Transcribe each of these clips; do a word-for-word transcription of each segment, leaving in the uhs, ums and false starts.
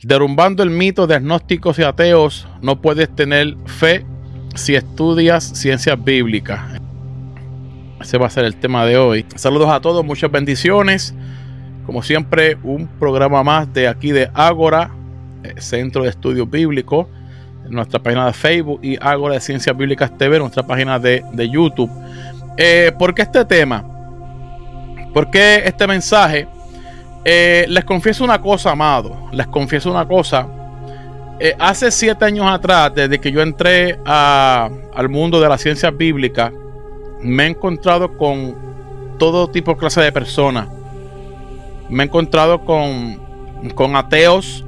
Derrumbando el mito de agnósticos y ateos, no puedes tener fe si estudias ciencias bíblicas. Ese va a ser el tema de hoy. Saludos a todos, muchas bendiciones. Como siempre, un programa más de aquí de Ágora, Centro de Estudios Bíblicos, en nuestra página de Facebook, y Ágora de Ciencias Bíblicas T V, nuestra página de, de YouTube. Eh, ¿Por qué este tema? ¿Por qué este mensaje? Eh, les confieso una cosa, amado. Les confieso una cosa. Eh, hace siete años atrás, desde que yo entré a, al mundo de las ciencias bíblicas, me he encontrado con todo tipo de clase de personas. Me he encontrado con, con ateos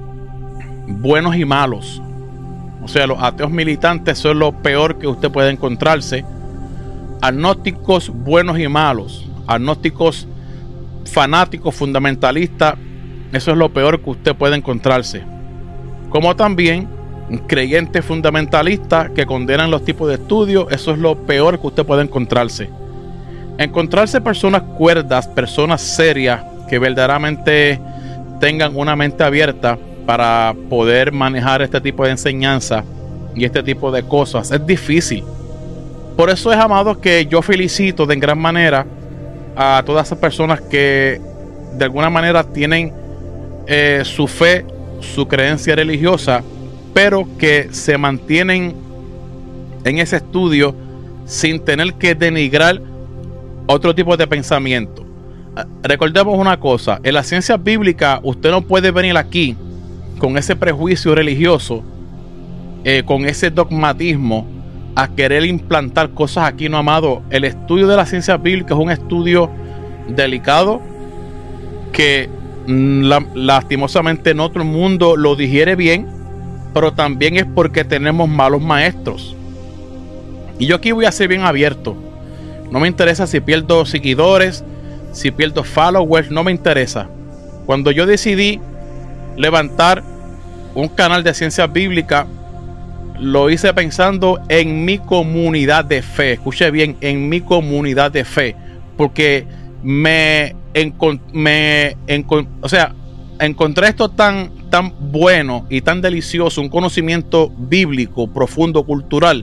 buenos y malos. O sea, los ateos militantes son lo peor que usted puede encontrarse. Agnósticos buenos y malos. Agnósticos fanáticos, fundamentalistas. Eso es lo peor que usted puede encontrarse. Como también creyentes fundamentalistas que condenan los tipos de estudio. Eso es lo peor que usted puede encontrarse. Encontrarse personas cuerdas, personas serias, que verdaderamente tengan una mente abierta para poder manejar este tipo de enseñanza y este tipo de cosas, es difícil. Por eso es, amados, que yo felicito de gran manera a todas esas personas que de alguna manera tienen eh, su fe, su creencia religiosa, pero que se mantienen en ese estudio sin tener que denigrar otro tipo de pensamiento. Recordemos una cosa: en la ciencia bíblica usted no puede venir aquí con ese prejuicio religioso, eh, con ese dogmatismo, a querer implantar cosas aquí. No, amado. El estudio de la ciencia bíblica es un estudio delicado que la, lastimosamente no todo el mundo lo digiere bien, pero también es porque tenemos malos maestros. Y yo aquí voy a ser bien abierto. No me interesa si pierdo seguidores, si pierdo followers, no me interesa. Cuando yo decidí levantar un canal de ciencias bíblicas, lo hice pensando en mi comunidad de fe. Escuche bien, en mi comunidad de fe, porque me, encont me encont o sea, encontré esto tan, tan bueno y tan delicioso, un conocimiento bíblico profundo, cultural,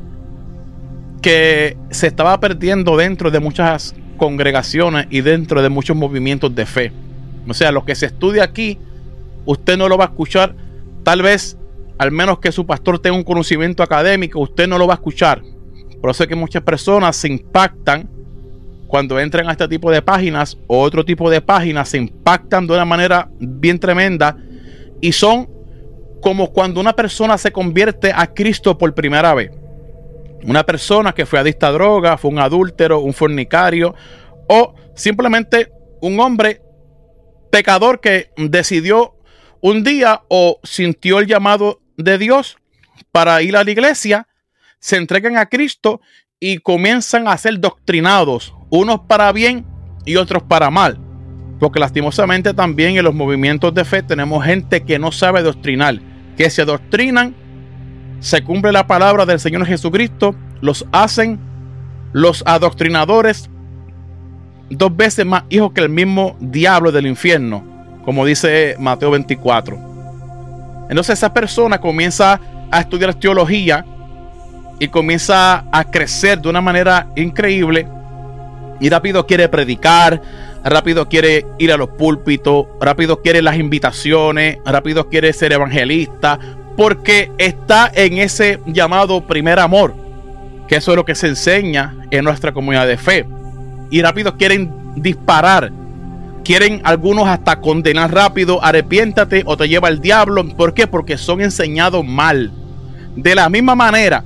que se estaba perdiendo dentro de muchas congregaciones y dentro de muchos movimientos de fe. O sea, lo que se estudia aquí, usted no lo va a escuchar. Tal vez, al menos que su pastor tenga un conocimiento académico, usted no lo va a escuchar. Por eso es que muchas personas se impactan cuando entran a este tipo de páginas o otro tipo de páginas. Se impactan de una manera bien tremenda, y son como cuando una persona se convierte a Cristo por primera vez. Una persona que fue adicta a droga, fue un adúltero, un fornicario, o simplemente un hombre pecador que decidió un día o sintió el llamado de Dios para ir a la iglesia, se entregan a Cristo y comienzan a ser doctrinados, unos para bien y otros para mal. Porque lastimosamente también en los movimientos de fe tenemos gente que no sabe doctrinar, que se adoctrinan. Se cumple la palabra del Señor Jesucristo, los hacen los adoctrinadores dos veces más hijos que el mismo diablo del infierno, como dice Mateo veinticuatro. Entonces esa persona comienza a estudiar teología y comienza a crecer de una manera increíble, y rápido quiere predicar, rápido quiere ir a los púlpitos, rápido quiere las invitaciones, rápido quiere ser evangelista, porque está en ese llamado primer amor, que eso es lo que se enseña en nuestra comunidad de fe. Y rápido quieren disparar, quieren algunos hasta condenar rápido: arrepiéntate o te lleva el diablo. ¿Por qué? Porque son enseñados mal. De la misma manera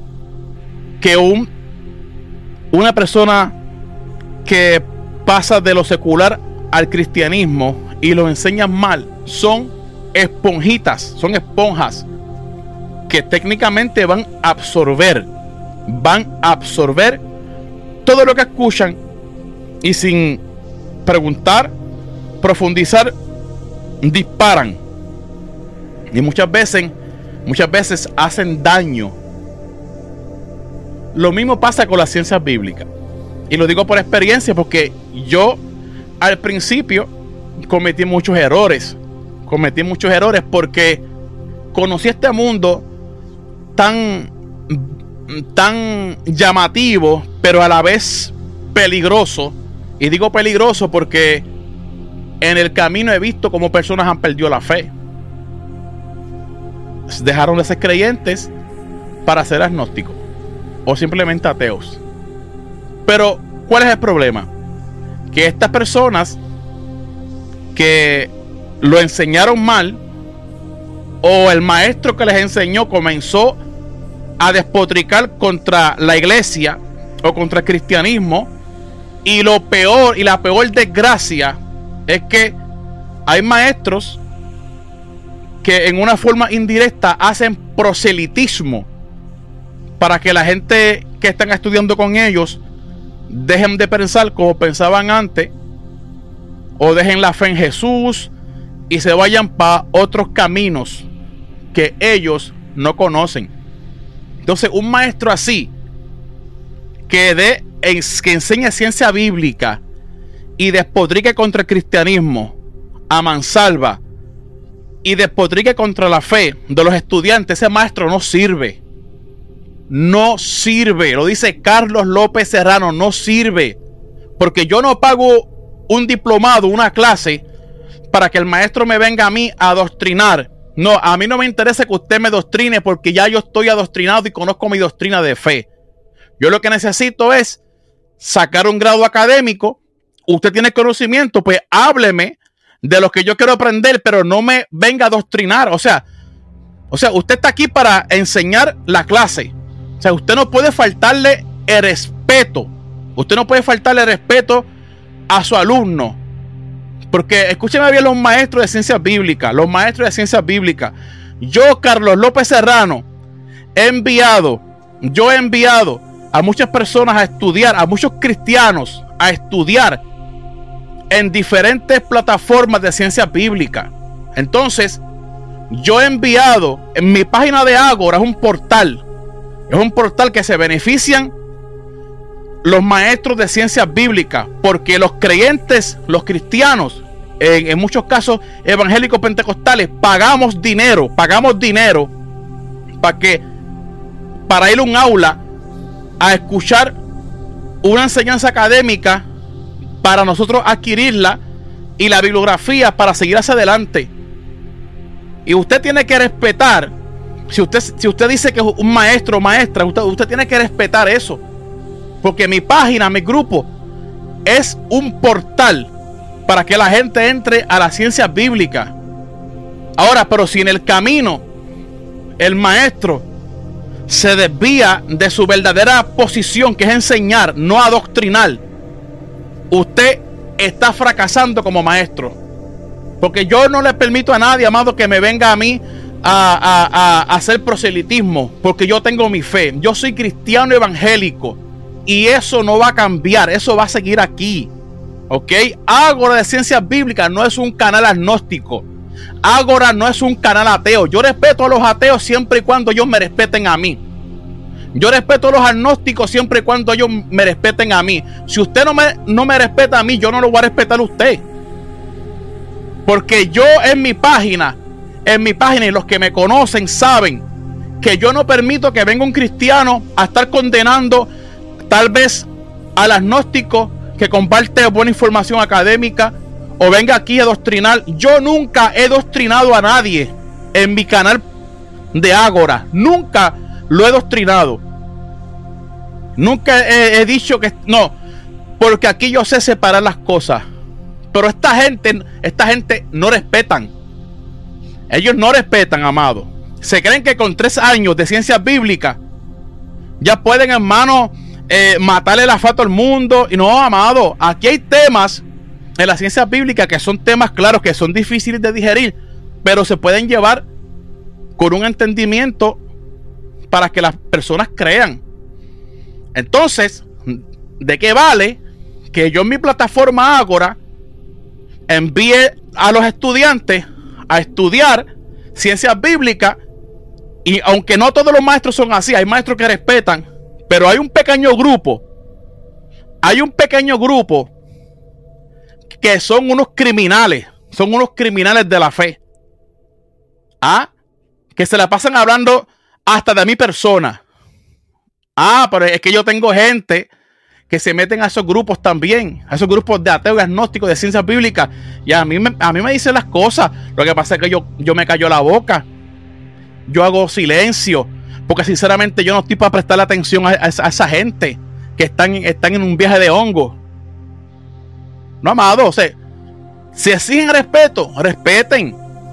que un, una persona que pasa de lo secular al cristianismo y lo enseñan mal, son esponjitas, son esponjas que técnicamente van a absorber, van a absorber todo lo que escuchan, y sin preguntar, profundizar, disparan. Y muchas veces, muchas veces hacen daño. Lo mismo pasa con las ciencias bíblicas. Y lo digo por experiencia, porque yo al principio cometí muchos errores cometí muchos errores porque conocí este mundo tan, tan llamativo, pero a la vez peligroso. Y digo peligroso porque en el camino he visto cómo personas han perdido la fe. Dejaron de ser creyentes para ser agnósticos o simplemente ateos. Pero ¿cuál es el problema? Que estas personas que lo enseñaron mal, o el maestro que les enseñó comenzó a despotricar contra la iglesia o contra el cristianismo, y lo peor y la peor desgracia es que hay maestros que en una forma indirecta hacen proselitismo para que la gente que están estudiando con ellos dejen de pensar como pensaban antes, o dejen la fe en Jesús y se vayan para otros caminos que ellos no conocen. Entonces, un maestro así que de que enseña ciencia bíblica y despotrique contra el cristianismo a mansalva y despotrique contra la fe de los estudiantes, ese maestro no sirve. No sirve. Lo dice Carlos López Serrano, no sirve. Porque yo no pago un diplomado, una clase, para que el maestro me venga a mí a adoctrinar. No, a mí no me interesa que usted me doctrine, porque ya yo estoy adoctrinado y conozco mi doctrina de fe. Yo lo que necesito es sacar un grado académico. Usted tiene conocimiento, pues hábleme de lo que yo quiero aprender, pero no me venga a adoctrinar. O sea, o sea, usted está aquí para enseñar la clase. O sea, usted no puede faltarle el respeto. Usted no puede faltarle el respeto a su alumno. Porque escúcheme bien, los maestros de ciencias bíblicas, los maestros de ciencias bíblicas. Yo, Carlos López Serrano, he enviado, yo he enviado a muchas personas a estudiar, a muchos cristianos a estudiar en diferentes plataformas de ciencias bíblicas. Entonces, yo he enviado, en mi página de Ágora es un portal, es un portal que se benefician los maestros de ciencias bíblicas, porque los creyentes, los cristianos, en, en muchos casos evangélicos pentecostales, pagamos dinero, pagamos dinero para que, para ir a un aula a escuchar una enseñanza académica, para nosotros adquirirla y la bibliografía para seguir hacia adelante. Y usted tiene que respetar, si usted, si usted dice que es un maestro o maestra, usted, usted tiene que respetar eso. Porque mi página, mi grupo, es un portal para que la gente entre a la ciencia bíblica. Ahora, pero si en el camino el maestro se desvía de su verdadera posición, que es enseñar, no adoctrinar, usted está fracasando como maestro. Porque yo no le permito a nadie, amado, que me venga a mí a, a, a hacer proselitismo, porque yo tengo mi fe. Yo soy cristiano evangélico. Y eso no va a cambiar, eso va a seguir aquí. ¿Ok? Ágora de Ciencias Bíblicas no es un canal agnóstico. Ágora no es un canal ateo. Yo respeto a los ateos siempre y cuando ellos me respeten a mí. Yo respeto a los agnósticos siempre y cuando ellos me respeten a mí. Si usted no me, no me respeta a mí, yo no lo voy a respetar a usted. Porque yo en mi página, en mi página, y los que me conocen saben que yo no permito que venga un cristiano a estar condenando tal vez al agnóstico que comparte buena información académica, o venga aquí a doctrinar. Yo nunca he doctrinado a nadie en mi canal de Ágora. Nunca lo he doctrinado. Nunca he, he dicho que no, porque aquí yo sé separar las cosas. Pero esta gente, esta gente no respetan. Ellos no respetan, amado. Se creen que con tres años de ciencias bíblicas ya pueden, hermano, eh, matarle la fe a todo el mundo. Y no, amado, aquí hay temas en la ciencia bíblica que son temas claros, que son difíciles de digerir, pero se pueden llevar con un entendimiento para que las personas crean. Entonces, ¿de qué vale que yo en mi plataforma Ágora envíe a los estudiantes a estudiar ciencias bíblicas? Y aunque no todos los maestros son así, hay maestros que respetan, pero hay un pequeño grupo, hay un pequeño grupo que son unos criminales, son unos criminales de la fe. Ah, que se la pasan hablando hasta de mi persona. Ah, pero es que yo tengo gente que se meten a esos grupos también, a esos grupos de ateos y agnósticos de ciencias bíblicas, y a mí me, a mí me dicen las cosas. Lo que pasa es que yo, yo me callo la boca, yo hago silencio, porque sinceramente yo no estoy para prestarle atención a, a, esa, a esa gente que están, están en un viaje de hongo. No, amado, o sea, si exigen respeto, respeten.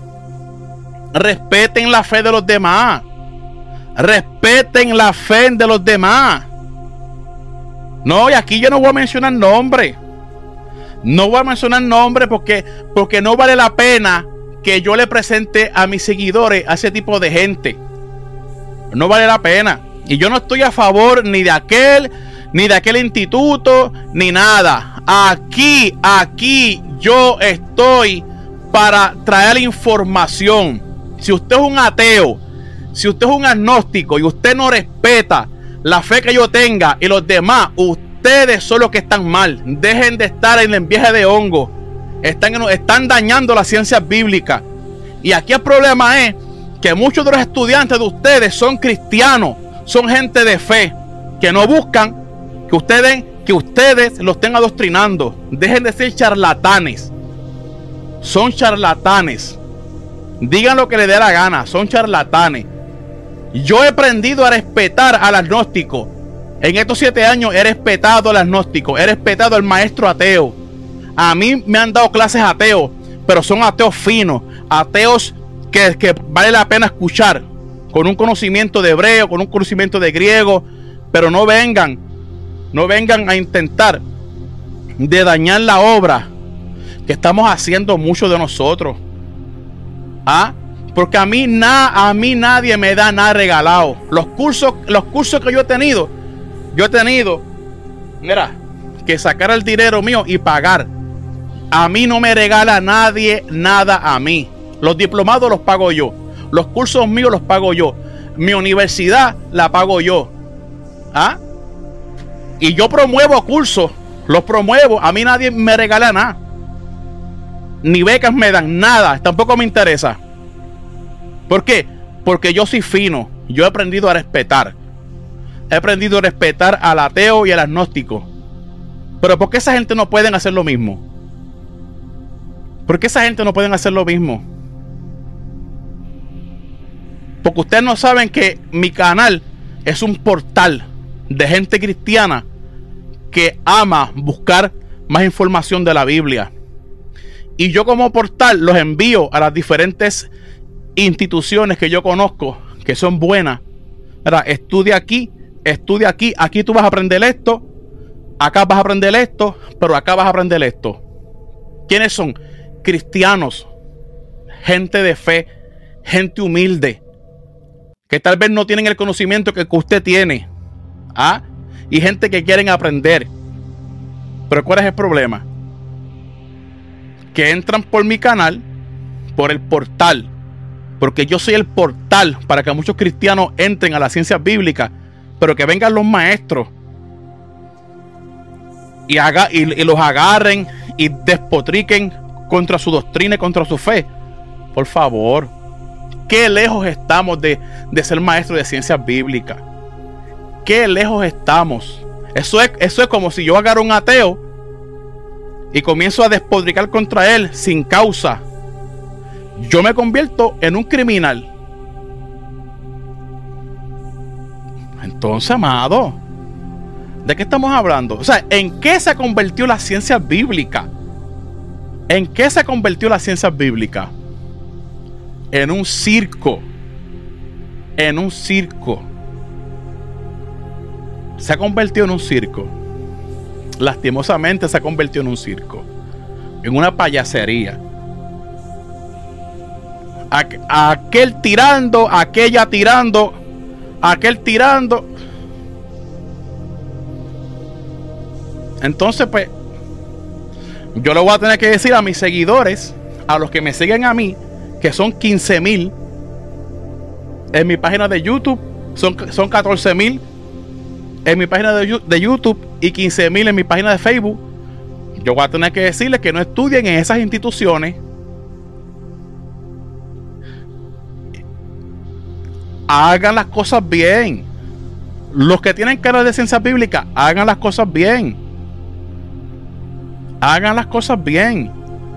Respeten la fe de los demás. Respeten la fe de los demás. No, y aquí yo no voy a mencionar nombre. No voy a mencionar nombre porque, porque no vale la pena que yo le presente a mis seguidores a ese tipo de gente. No vale la pena. Y yo no estoy a favor ni de aquel, ni de aquel instituto, ni nada. Aquí, aquí yo estoy para traer información. Si usted es un ateo, si usted es un agnóstico y usted no respeta la fe que yo tenga y los demás, ustedes son los que están mal. Dejen de estar en el viaje de hongo. Están, están dañando las ciencias bíblicas. Y aquí el problema es que muchos de los estudiantes de ustedes son cristianos, son gente de fe, que no buscan que ustedes, que ustedes los estén adoctrinando. Dejen de ser charlatanes. Son charlatanes. Digan lo que les dé la gana, son charlatanes. Yo he aprendido a respetar al agnóstico. En estos siete años he respetado al agnóstico, he respetado al maestro ateo. A mí me han dado clases ateos, pero son ateos finos, ateos que, que vale la pena escuchar, con un conocimiento de hebreo, con un conocimiento de griego. Pero no vengan, no vengan a intentar de dañar la obra que estamos haciendo muchos de nosotros. ¿Ah? Porque a mí, na, a mí nadie me da nada regalado. Los cursos, los cursos que yo he tenido, yo he tenido, mira, que sacar el dinero mío y pagar. A mí no me regala nadie nada a mí. Los diplomados los pago yo. Los cursos míos los pago yo. Mi universidad la pago yo. ¿Ah? Y yo promuevo cursos, los promuevo. A mí nadie me regala nada. Ni becas me dan, nada. Tampoco me interesa. ¿Por qué? Porque yo soy fino. Yo he aprendido a respetar. He aprendido a respetar al ateo y al agnóstico. Pero ¿por qué esa gente no pueden hacer lo mismo? ¿Por qué esa gente no pueden hacer lo mismo? Porque ustedes no saben que mi canal es un portal de gente cristiana que ama buscar más información de la Biblia. Y yo como portal los envío a las diferentes instituciones que yo conozco, que son buenas. ¿Verdad? Estudia aquí, estudia aquí. Aquí tú vas a aprender esto. Acá vas a aprender esto. Pero acá vas a aprender esto. ¿Quiénes son? Cristianos. Gente de fe. Gente humilde. Que tal vez no tienen el conocimiento que usted tiene. ¿Ah? Y gente que quieren aprender. Pero ¿cuál es el problema? Que entran por mi canal, por el portal, porque yo soy el portal para que muchos cristianos entren a las ciencias bíblicas, pero que vengan los maestros y, haga, y, y los agarren y despotriquen contra su doctrina y contra su fe. Por favor, qué lejos estamos de, de ser maestros de ciencias bíblicas. Qué lejos estamos. Eso es, eso es como si yo agarro un ateo y comienzo a despotricar contra él sin causa. Yo me convierto en un criminal. Entonces, amado, ¿de qué estamos hablando? O sea, ¿en qué se convirtió la ciencia bíblica? ¿En qué se convirtió la ciencia bíblica? En un circo. En un circo. Se ha convertido en un circo. Lastimosamente se ha convertido en un circo. En una payasería. A, aquel tirando, aquella tirando, aquel tirando. Entonces, pues, yo le voy a tener que decir a mis seguidores, a los que me siguen a mí, que son quince mil en mi página de YouTube, son, son catorce mil en mi página de, de YouTube y quince mil en mi página de Facebook. Yo voy a tener que decirles que no estudien en esas instituciones, hagan las cosas bien. Los que tienen cara de ciencia bíblica, hagan las cosas bien. Hagan las cosas bien.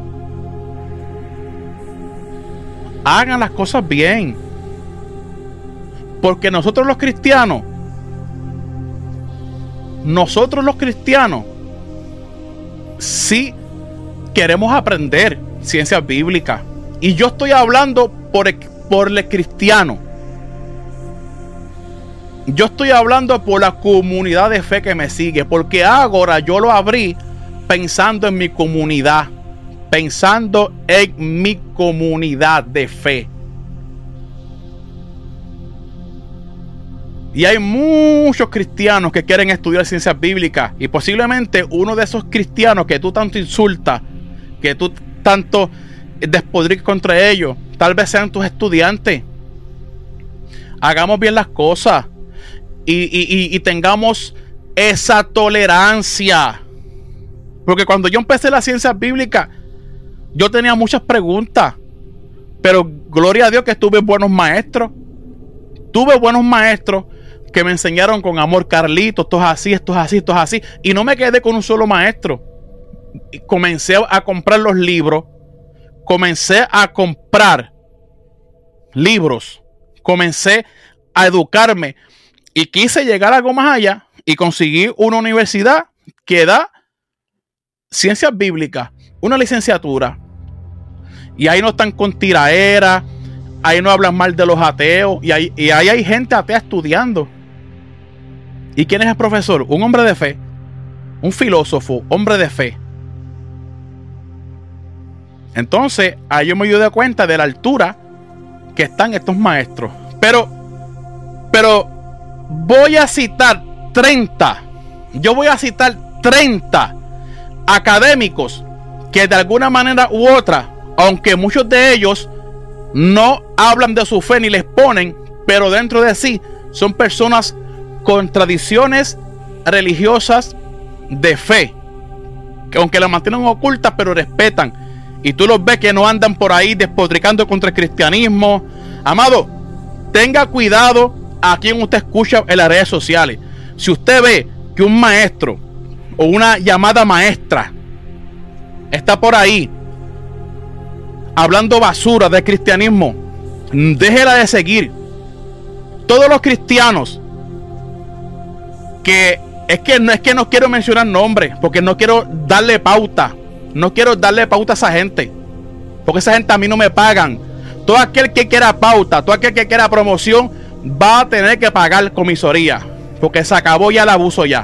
Hagan las cosas bien. Porque nosotros los cristianos, nosotros los cristianos, sí queremos aprender ciencias bíblicas. Y yo estoy hablando por el, por el cristiano. Yo estoy hablando por la comunidad de fe que me sigue. Porque ahora yo lo abrí pensando en mi comunidad. Pensando en mi comunidad de fe. Y hay muchos cristianos que quieren estudiar ciencias bíblicas. Y posiblemente uno de esos cristianos que tú tanto insultas, que tú tanto despodricas contra ellos, tal vez sean tus estudiantes. Hagamos bien las cosas. Y, y, y, y tengamos esa tolerancia. Porque cuando yo empecé la ciencia bíblica, yo tenía muchas preguntas. Pero gloria a Dios que tuve buenos maestros. Tuve buenos maestros que me enseñaron con amor. Carlito, esto es así, esto es así, esto es así. Y no me quedé con un solo maestro. Comencé a comprar los libros. Comencé a comprar libros. Comencé a educarme. Y quise llegar a algo más allá. Y conseguí una universidad que da ciencias bíblicas. Una licenciatura. Y ahí no están con tiraera. Ahí no hablan mal de los ateos. Y ahí, y ahí hay gente atea estudiando. ¿Y quién es el profesor? Un hombre de fe. Un filósofo, hombre de fe. Entonces, ahí yo me doy cuenta de la altura que están estos maestros. Pero, pero voy a citar treinta. Yo voy a citar treinta académicos que de alguna manera u otra, aunque muchos de ellos no hablan de su fe ni les ponen, pero dentro de sí son personas con tradiciones religiosas de fe, que aunque las mantienen ocultas, pero respetan. Y tú los ves que no andan por ahí despotricando contra el cristianismo. Amado, tenga cuidado a quien usted escucha en las redes sociales. Si usted ve que un maestro o una llamada maestra está por ahí hablando basura del cristianismo, déjela de seguir. Todos los cristianos que es que no es que no quiero mencionar nombres, porque no quiero darle pauta, no quiero darle pauta a esa gente, porque esa gente a mí no me pagan. Todo aquel que quiera pauta, todo aquel que quiera promoción va a tener que pagar comisaría, porque se acabó ya el abuso ya.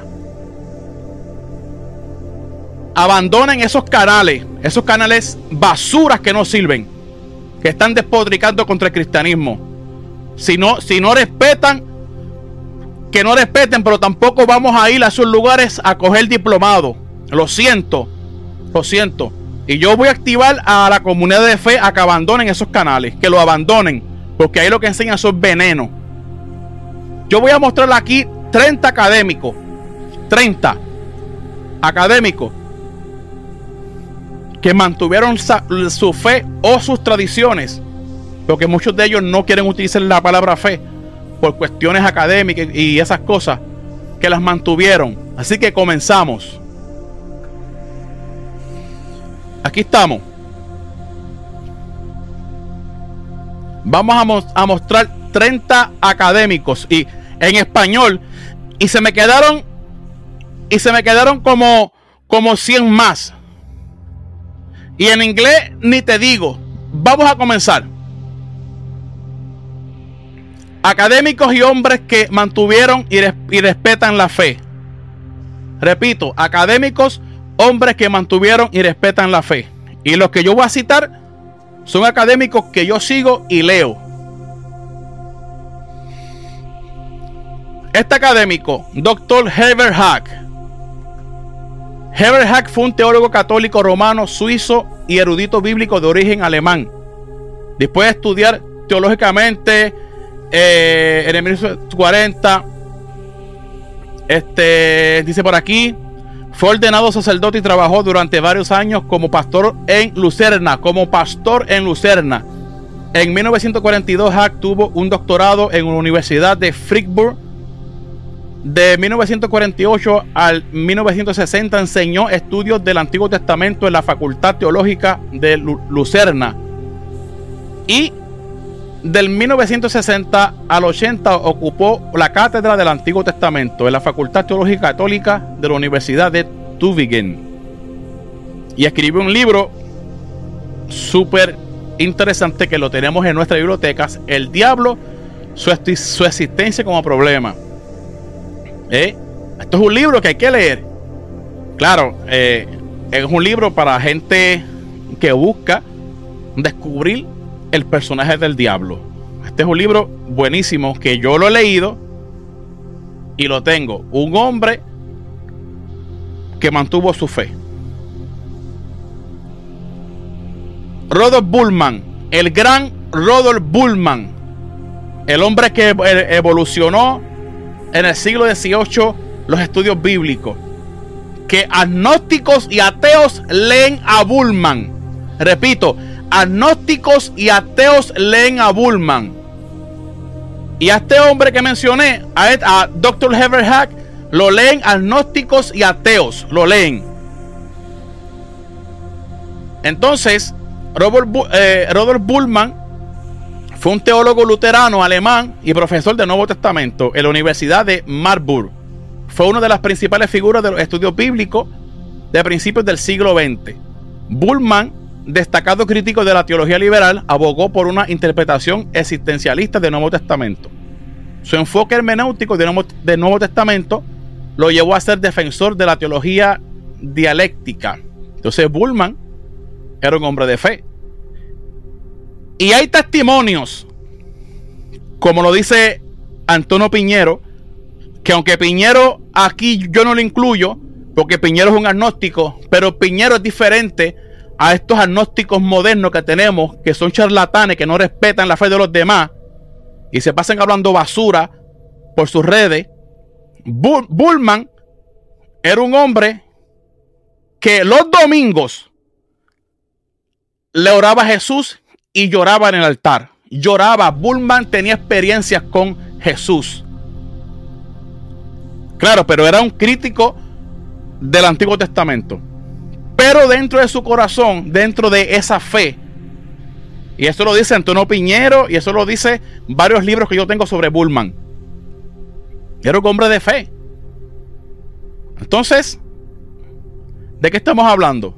Abandonen esos canales, esos canales basuras que no sirven, que están despotricando contra el cristianismo. Si no, si no respetan, que no respeten, pero tampoco vamos a ir a esos lugares a coger diplomado. Lo siento, lo siento. Y yo voy a activar a la comunidad de fe a que abandonen esos canales, que lo abandonen, porque ahí lo que enseñan son veneno. Yo voy a mostrar aquí treinta académicos, treinta académicos que mantuvieron su fe o sus tradiciones, porque muchos de ellos no quieren utilizar la palabra fe por cuestiones académicas y esas cosas, que las mantuvieron. Así que comenzamos. Aquí estamos. Vamos a, mo a mostrar treinta académicos y en español, y se me quedaron y se me quedaron como como cien más. Y en inglés ni te digo. Vamos a comenzar. Académicos y hombres que mantuvieron y, res y respetan la fe. Repito, académicos, hombres que mantuvieron y respetan la fe. Y los que yo voy a citar son académicos que yo sigo y leo. Este académico, doctor Herbert Hack. Herbert Hack fue un teólogo católico romano, suizo y erudito bíblico de origen alemán. Después de estudiar teológicamente eh, en el mil novecientos cuarenta, este, dice por aquí, fue ordenado sacerdote y trabajó durante varios años como pastor en Lucerna, como pastor en Lucerna. En mil novecientos cuarenta y dos, Hack tuvo un doctorado en la Universidad de Freiburg. De mil novecientos cuarenta y ocho al mil novecientos sesenta enseñó estudios del Antiguo Testamento en la Facultad Teológica de Lucerna. Y del mil novecientos sesenta al ochenta ocupó la cátedra del Antiguo Testamento en la Facultad Teológica Católica de la Universidad de Tübingen. Y escribió un libro súper interesante que lo tenemos en nuestras bibliotecas: El diablo, su, su existencia como problema. ¿Eh? Esto es un libro que hay que leer. Claro, eh, es un libro para gente que busca descubrir el personaje del diablo. Este es un libro buenísimo que yo lo he leído y lo tengo. Un hombre que mantuvo su fe. Rudolf Bultmann, el gran Rudolf Bultmann, el hombre que evolucionó en el siglo dieciocho los estudios bíblicos. Que agnósticos y ateos leen a Bultmann. Repito, agnósticos y ateos leen a Bultmann. Y a este hombre que mencioné, a, a doctor Herbert Hack, lo leen agnósticos y ateos, lo leen. Entonces, Robert, eh, Rudolf Bultmann fue un teólogo luterano alemán y profesor del Nuevo Testamento en la Universidad de Marburg. Fue una de las principales figuras de los estudios bíblicos de principios del siglo veinte. Bultmann, destacado crítico de la teología liberal, abogó por una interpretación existencialista del Nuevo Testamento. Su enfoque hermenéutico del Nuevo, del Nuevo Testamento lo llevó a ser defensor de la teología dialéctica. Entonces Bultmann era un hombre de fe. Y hay testimonios, como lo dice Antonio Piñero, que aunque Piñero aquí yo no lo incluyo, porque Piñero es un agnóstico, pero Piñero es diferente a estos agnósticos modernos que tenemos, que son charlatanes, que no respetan la fe de los demás y se pasan hablando basura por sus redes. Bull, Bultmann era un hombre que los domingos le oraba a Jesús y lloraba en el altar. Lloraba. Bultmann tenía experiencias con Jesús. Claro, pero era un crítico del Antiguo Testamento. Pero dentro de su corazón, dentro de esa fe, y eso lo dice Antonio Piñero, y eso lo dice varios libros que yo tengo sobre Bultmann, era un hombre de fe. Entonces, ¿de qué estamos hablando?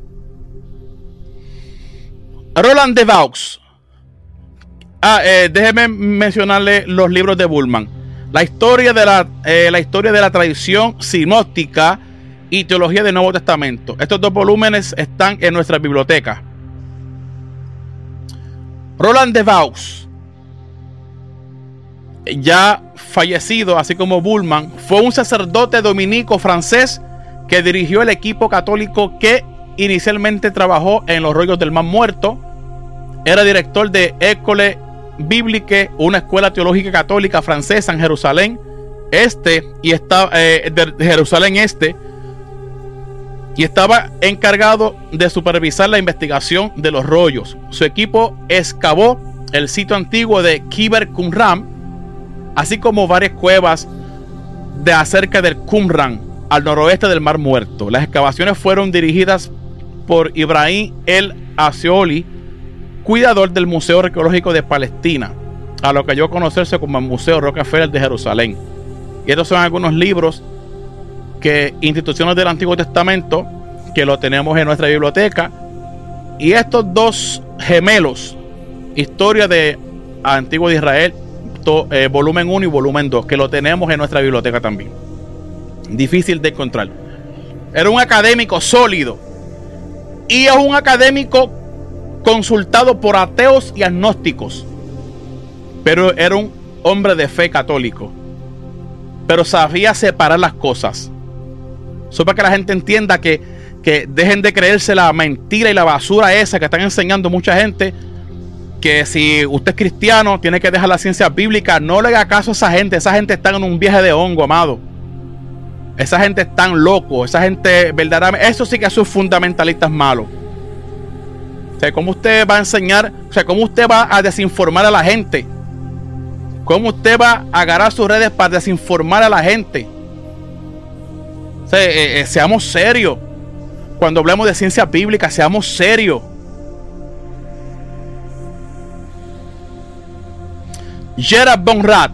Roland de Vaux. Ah, eh, déjeme mencionarle los libros de Bultmann. La historia de la, eh, la historia de la tradición sinóptica y teología del Nuevo Testamento. Estos dos volúmenes están en nuestra biblioteca. Roland de Vaux, ya fallecido, así como Bultmann, fue un sacerdote dominico francés que dirigió el equipo católico que inicialmente trabajó en los rollos del Mar Muerto. Era director de École Biblique, una escuela teológica católica francesa en Jerusalén Este y está eh, de Jerusalén Este, y estaba encargado de supervisar la investigación de los rollos. Su equipo excavó el sitio antiguo de Kiber Qumran, así como varias cuevas de acerca del Qumran, al noroeste del Mar Muerto. Las excavaciones fueron dirigidas por Ibrahim el Aseoli, cuidador del Museo Arqueológico de Palestina, a lo que dio a conocerse como el Museo Rockefeller de Jerusalén. Y estos son algunos libros que instituciones del Antiguo Testamento que lo tenemos en nuestra biblioteca. Y estos dos gemelos, Historia de Antiguo de Israel, to, eh, volumen uno y volumen dos, que lo tenemos en nuestra biblioteca también. Difícil de encontrar. Era un académico sólido, y es un académico consultado por ateos y agnósticos, pero era un hombre de fe católico, pero sabía separar las cosas. Eso para que la gente entienda que, que dejen de creerse la mentira y la basura esa que están enseñando mucha gente, que si usted es cristiano tiene que dejar la ciencia bíblica. No le haga caso a esa gente. Esa gente está en un viaje de hongo, amado. Esa gente es tan loco. Esa gente verdaderamente, eso sí que son fundamentalistas malos. O sea, ¿cómo usted va a enseñar? O sea, ¿cómo usted va a desinformar a la gente? ¿Cómo usted va a agarrar sus redes para desinformar a la gente? O sea, eh, eh, seamos serios. Cuando hablamos de ciencia bíblica, seamos serios. Gerhard von Rad,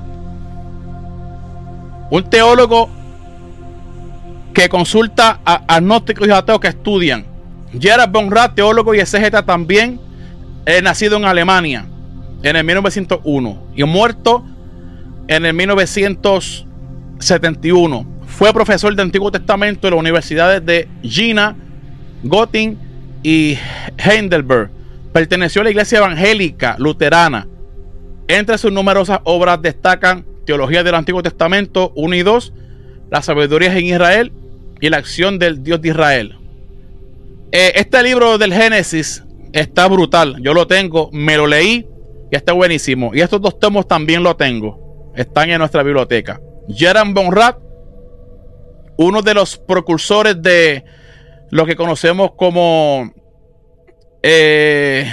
un teólogo que consulta a agnósticos y ateos que estudian. Gerhard von Rad, teólogo y exégeta también, eh, nacido en Alemania en el mil novecientos uno y muerto en el mil novecientos setenta y uno. Fue profesor de Antiguo Testamento en las universidades de Jena, Göttingen y Heidelberg. Perteneció a la iglesia evangélica luterana. Entre sus numerosas obras destacan Teología del Antiguo Testamento uno y dos, La sabiduría en Israel y La acción del Dios de Israel. Eh, este libro del Génesis está brutal. Yo lo tengo, me lo leí y está buenísimo. Y estos dos tomos también lo tengo. Están en nuestra biblioteca. Gerhard von Rad, uno de los precursores de lo que conocemos como eh,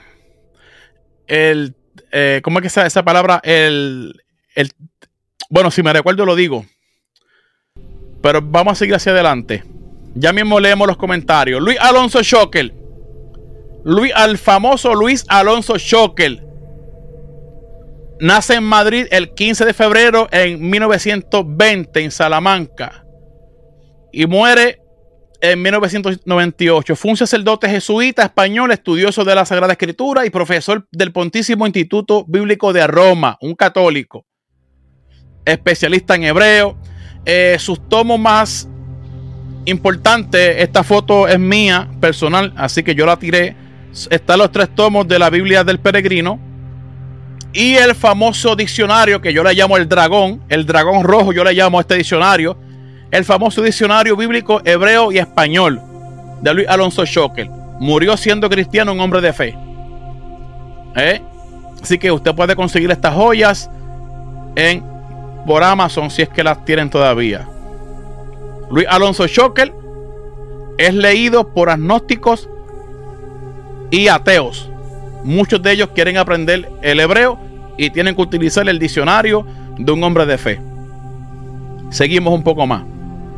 el eh, ¿cómo es que esa, esa palabra? El, el bueno, si me recuerdo lo digo. Pero vamos a seguir hacia adelante. Ya mismo leemos los comentarios. Luis Alonso Schockel. Luis, al famoso Luis Alonso Schockel. Nace en Madrid el quince de febrero en mil novecientos veinte en Salamanca. Y muere en mil novecientos noventa y ocho. Fue un sacerdote jesuita español, estudioso de la Sagrada Escritura y profesor del Pontísimo Instituto Bíblico de Roma, un católico. Especialista en hebreo. Eh, sus tomos más importantes, esta foto es mía, personal, así que yo la tiré. Están los tres tomos de la Biblia del Peregrino. Y el famoso diccionario que yo le llamo el dragón, el dragón rojo, yo le llamo a este diccionario. El famoso diccionario bíblico hebreo y español de Luis Alonso Schockel. Murió siendo cristiano, un hombre de fe. ¿Eh? Así que usted puede conseguir estas joyas en, por Amazon si es que las tienen todavía. Luis Alonso Schockel es leído por agnósticos y ateos. Muchos de ellos quieren aprender el hebreo y tienen que utilizar el diccionario de un hombre de fe. Seguimos un poco más.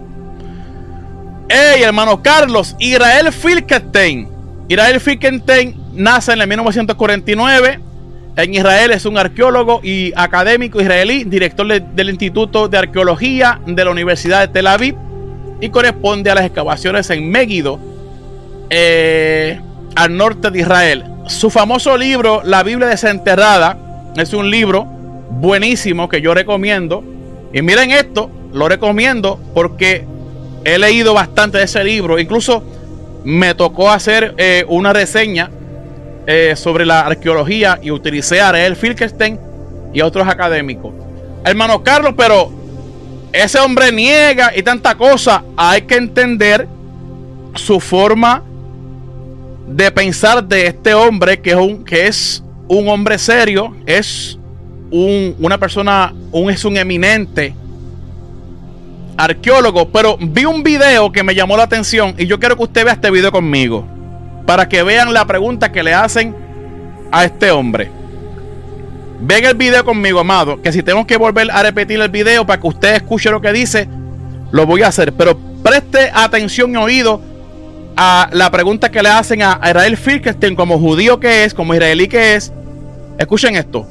Hey, hermano Carlos, Israel Finkelstein. Israel Finkelstein nace en el mil novecientos cuarenta y nueve. En Israel es un arqueólogo y académico israelí, director de, del Instituto de Arqueología de la Universidad de Tel Aviv y corresponde a las excavaciones en Megiddo, eh, al norte de Israel. Su famoso libro, La Biblia Desenterrada, es un libro buenísimo que yo recomiendo. Y miren esto, lo recomiendo porque he leído bastante de ese libro. Incluso me tocó hacer eh, una reseña eh, sobre la arqueología y utilicé a Ariel Finkelstein y a otros académicos. Hermano Carlos, pero ese hombre niega y tanta cosa. Hay que entender su forma de pensar de este hombre, que es un, que es un hombre serio, es un, una persona, un, es un eminente arqueólogo. Pero vi un video que me llamó la atención y yo quiero que usted vea este video conmigo para que vean la pregunta que le hacen a este hombre. Ven el video conmigo, amado, que si tengo que volver a repetir el video para que usted escuche lo que dice, lo voy a hacer, pero preste atención y oído a la pregunta que le hacen a Israel Finkelstein, como judío que es, como israelí que es. Escuchen esto.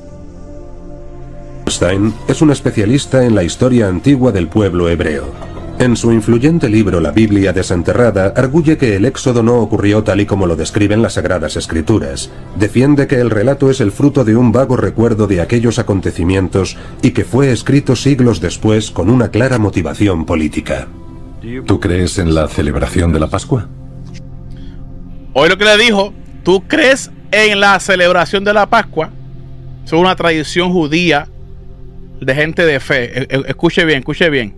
Stein es un especialista en la historia antigua del pueblo hebreo. En su influyente libro La Biblia Desenterrada, arguye que el éxodo no ocurrió tal y como lo describen las Sagradas Escrituras. Defiende que el relato es el fruto de un vago recuerdo de aquellos acontecimientos y que fue escrito siglos después con una clara motivación política. ¿Tú crees en la celebración de la Pascua? Hoy lo que le dijo, ¿tú crees en la celebración de la Pascua? Es una tradición judía de gente de fe. Escuche bien, escuche bien.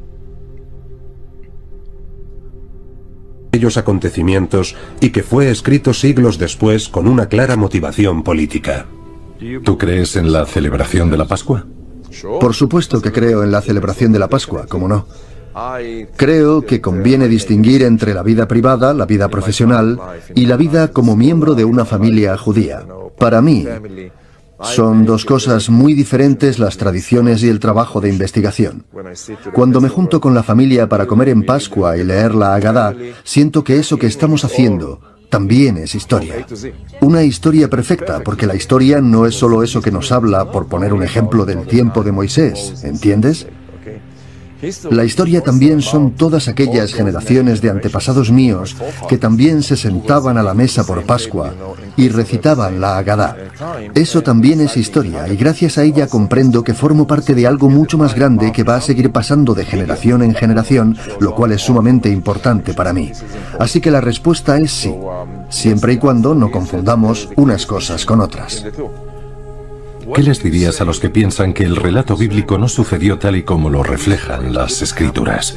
Aquellos acontecimientos y que fue escrito siglos después con una clara motivación política. ¿Tú crees en la celebración de la Pascua? Por supuesto que creo en la celebración de la Pascua, ¿cómo no? Creo que conviene distinguir entre la vida privada, la vida profesional y la vida como miembro de una familia judía. Para mí, son dos cosas muy diferentes las tradiciones y el trabajo de investigación. Cuando me junto con la familia para comer en Pascua y leer la Agadá, siento que eso que estamos haciendo también es historia. Una historia perfecta, porque la historia no es solo eso que nos habla, por poner un ejemplo, del tiempo de Moisés, ¿entiendes? La historia también son todas aquellas generaciones de antepasados míos que también se sentaban a la mesa por Pascua y recitaban la Agadá. Eso también es historia, y gracias a ella comprendo que formo parte de algo mucho más grande que va a seguir pasando de generación en generación, lo cual es sumamente importante para mí. Así que la respuesta es sí, siempre y cuando no confundamos unas cosas con otras. ¿Qué les dirías a los que piensan que el relato bíblico no sucedió tal y como lo reflejan las escrituras?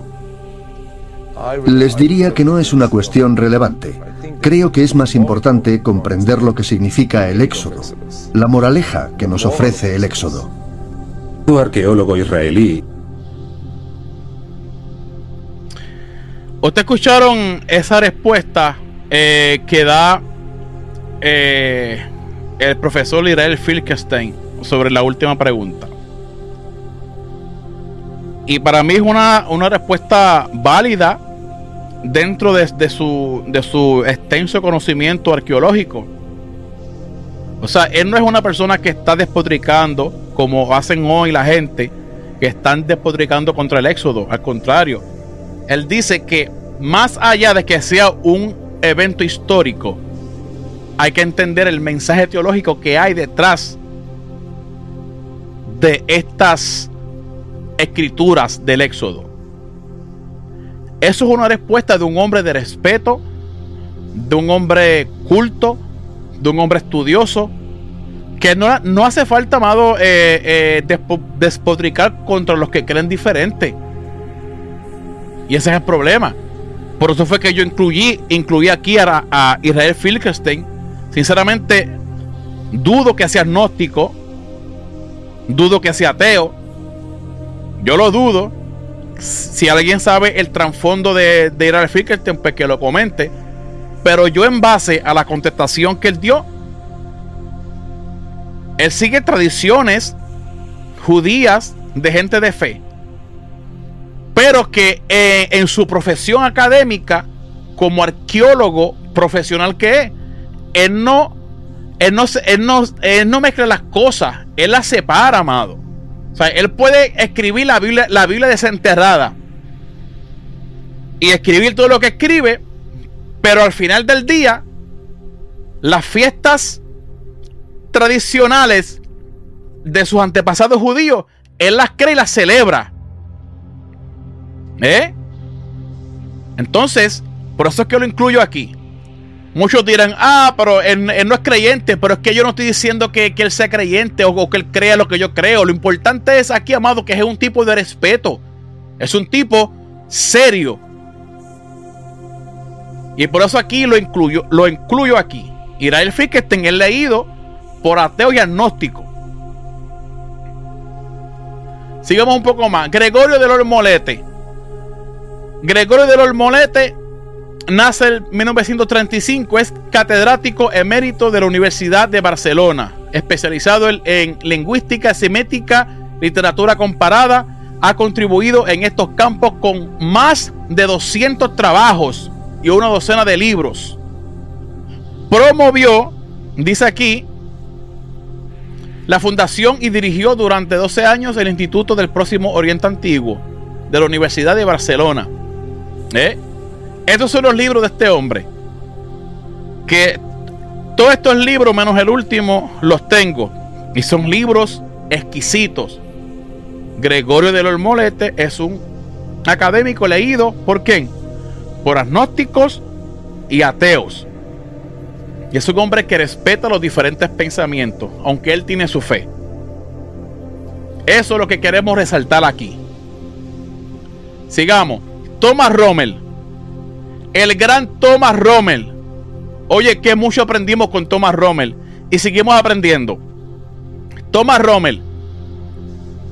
Les diría que no es una cuestión relevante. Creo que es más importante comprender lo que significa el Éxodo, la moraleja que nos ofrece el Éxodo. Un arqueólogo israelí. Ustedes escucharon esa respuesta eh, que da eh, el profesor Israel Finkelstein sobre la última pregunta. Y para mí es una, una respuesta válida dentro de, de, su, de su extenso conocimiento arqueológico. O sea, él no es una persona que está despotricando como hacen hoy la gente, que están despotricando contra el Éxodo. Al contrario, él dice que más allá de que sea un evento histórico, hay que entender el mensaje teológico que hay detrás de estas escrituras del Éxodo. Eso es una respuesta de un hombre de respeto, de un hombre culto, de un hombre estudioso, que no, no hace falta, amado, eh, eh, despo, despotricar contra los que creen diferente. Y ese es el problema. Por eso fue que yo incluí, incluí aquí a, a Israel Finkelstein. Sinceramente, dudo que sea agnóstico, dudo que sea ateo. Yo lo dudo. Si alguien sabe el trasfondo de, de Israel Finkelstein, pues que lo comente. Pero yo, en base a la contestación que él dio, él sigue tradiciones judías de gente de fe, pero que eh, en su profesión académica, como arqueólogo profesional que es, él no, él no, él no, él no mezcla las cosas, él las separa, amado. O sea, él puede escribir la Biblia, la Biblia desenterrada y escribir todo lo que escribe, pero al final del día, las fiestas tradicionales de sus antepasados judíos, él las cree y las celebra. ¿Eh? Entonces, por eso es que lo incluyo aquí. Muchos dirán, ah, pero él, él no es creyente. Pero es que yo no estoy diciendo que, que él sea creyente o, o que él crea lo que yo creo. Lo importante es aquí, amado, que es un tipo de respeto. Es un tipo serio. Y por eso aquí lo incluyo, lo incluyo aquí. Israel Finkelstein es leído por ateos y agnósticos. Sigamos un poco más. Gregorio del Olmolete. Gregorio del Olmolete nace en mil novecientos treinta y cinco, es catedrático emérito de la Universidad de Barcelona, especializado en, en lingüística, semética, literatura comparada. Ha contribuido en estos campos con más de doscientos trabajos y una docena de libros. Promovió, dice aquí, la fundación y dirigió durante doce años el Instituto del Próximo Oriente Antiguo de la Universidad de Barcelona. ¿Eh? Estos son los libros de este hombre. Que todos estos libros, menos el último, los tengo. Y son libros exquisitos. Gregorio del Olmolete es un académico leído ¿por quién? Por agnósticos y ateos. Y es un hombre que respeta los diferentes pensamientos, aunque él tiene su fe. Eso es lo que queremos resaltar aquí. Sigamos. Thomas Rommel. El gran Thomas Rommel. Oye, que mucho aprendimos con Thomas Rommel. Y seguimos aprendiendo. Thomas Rommel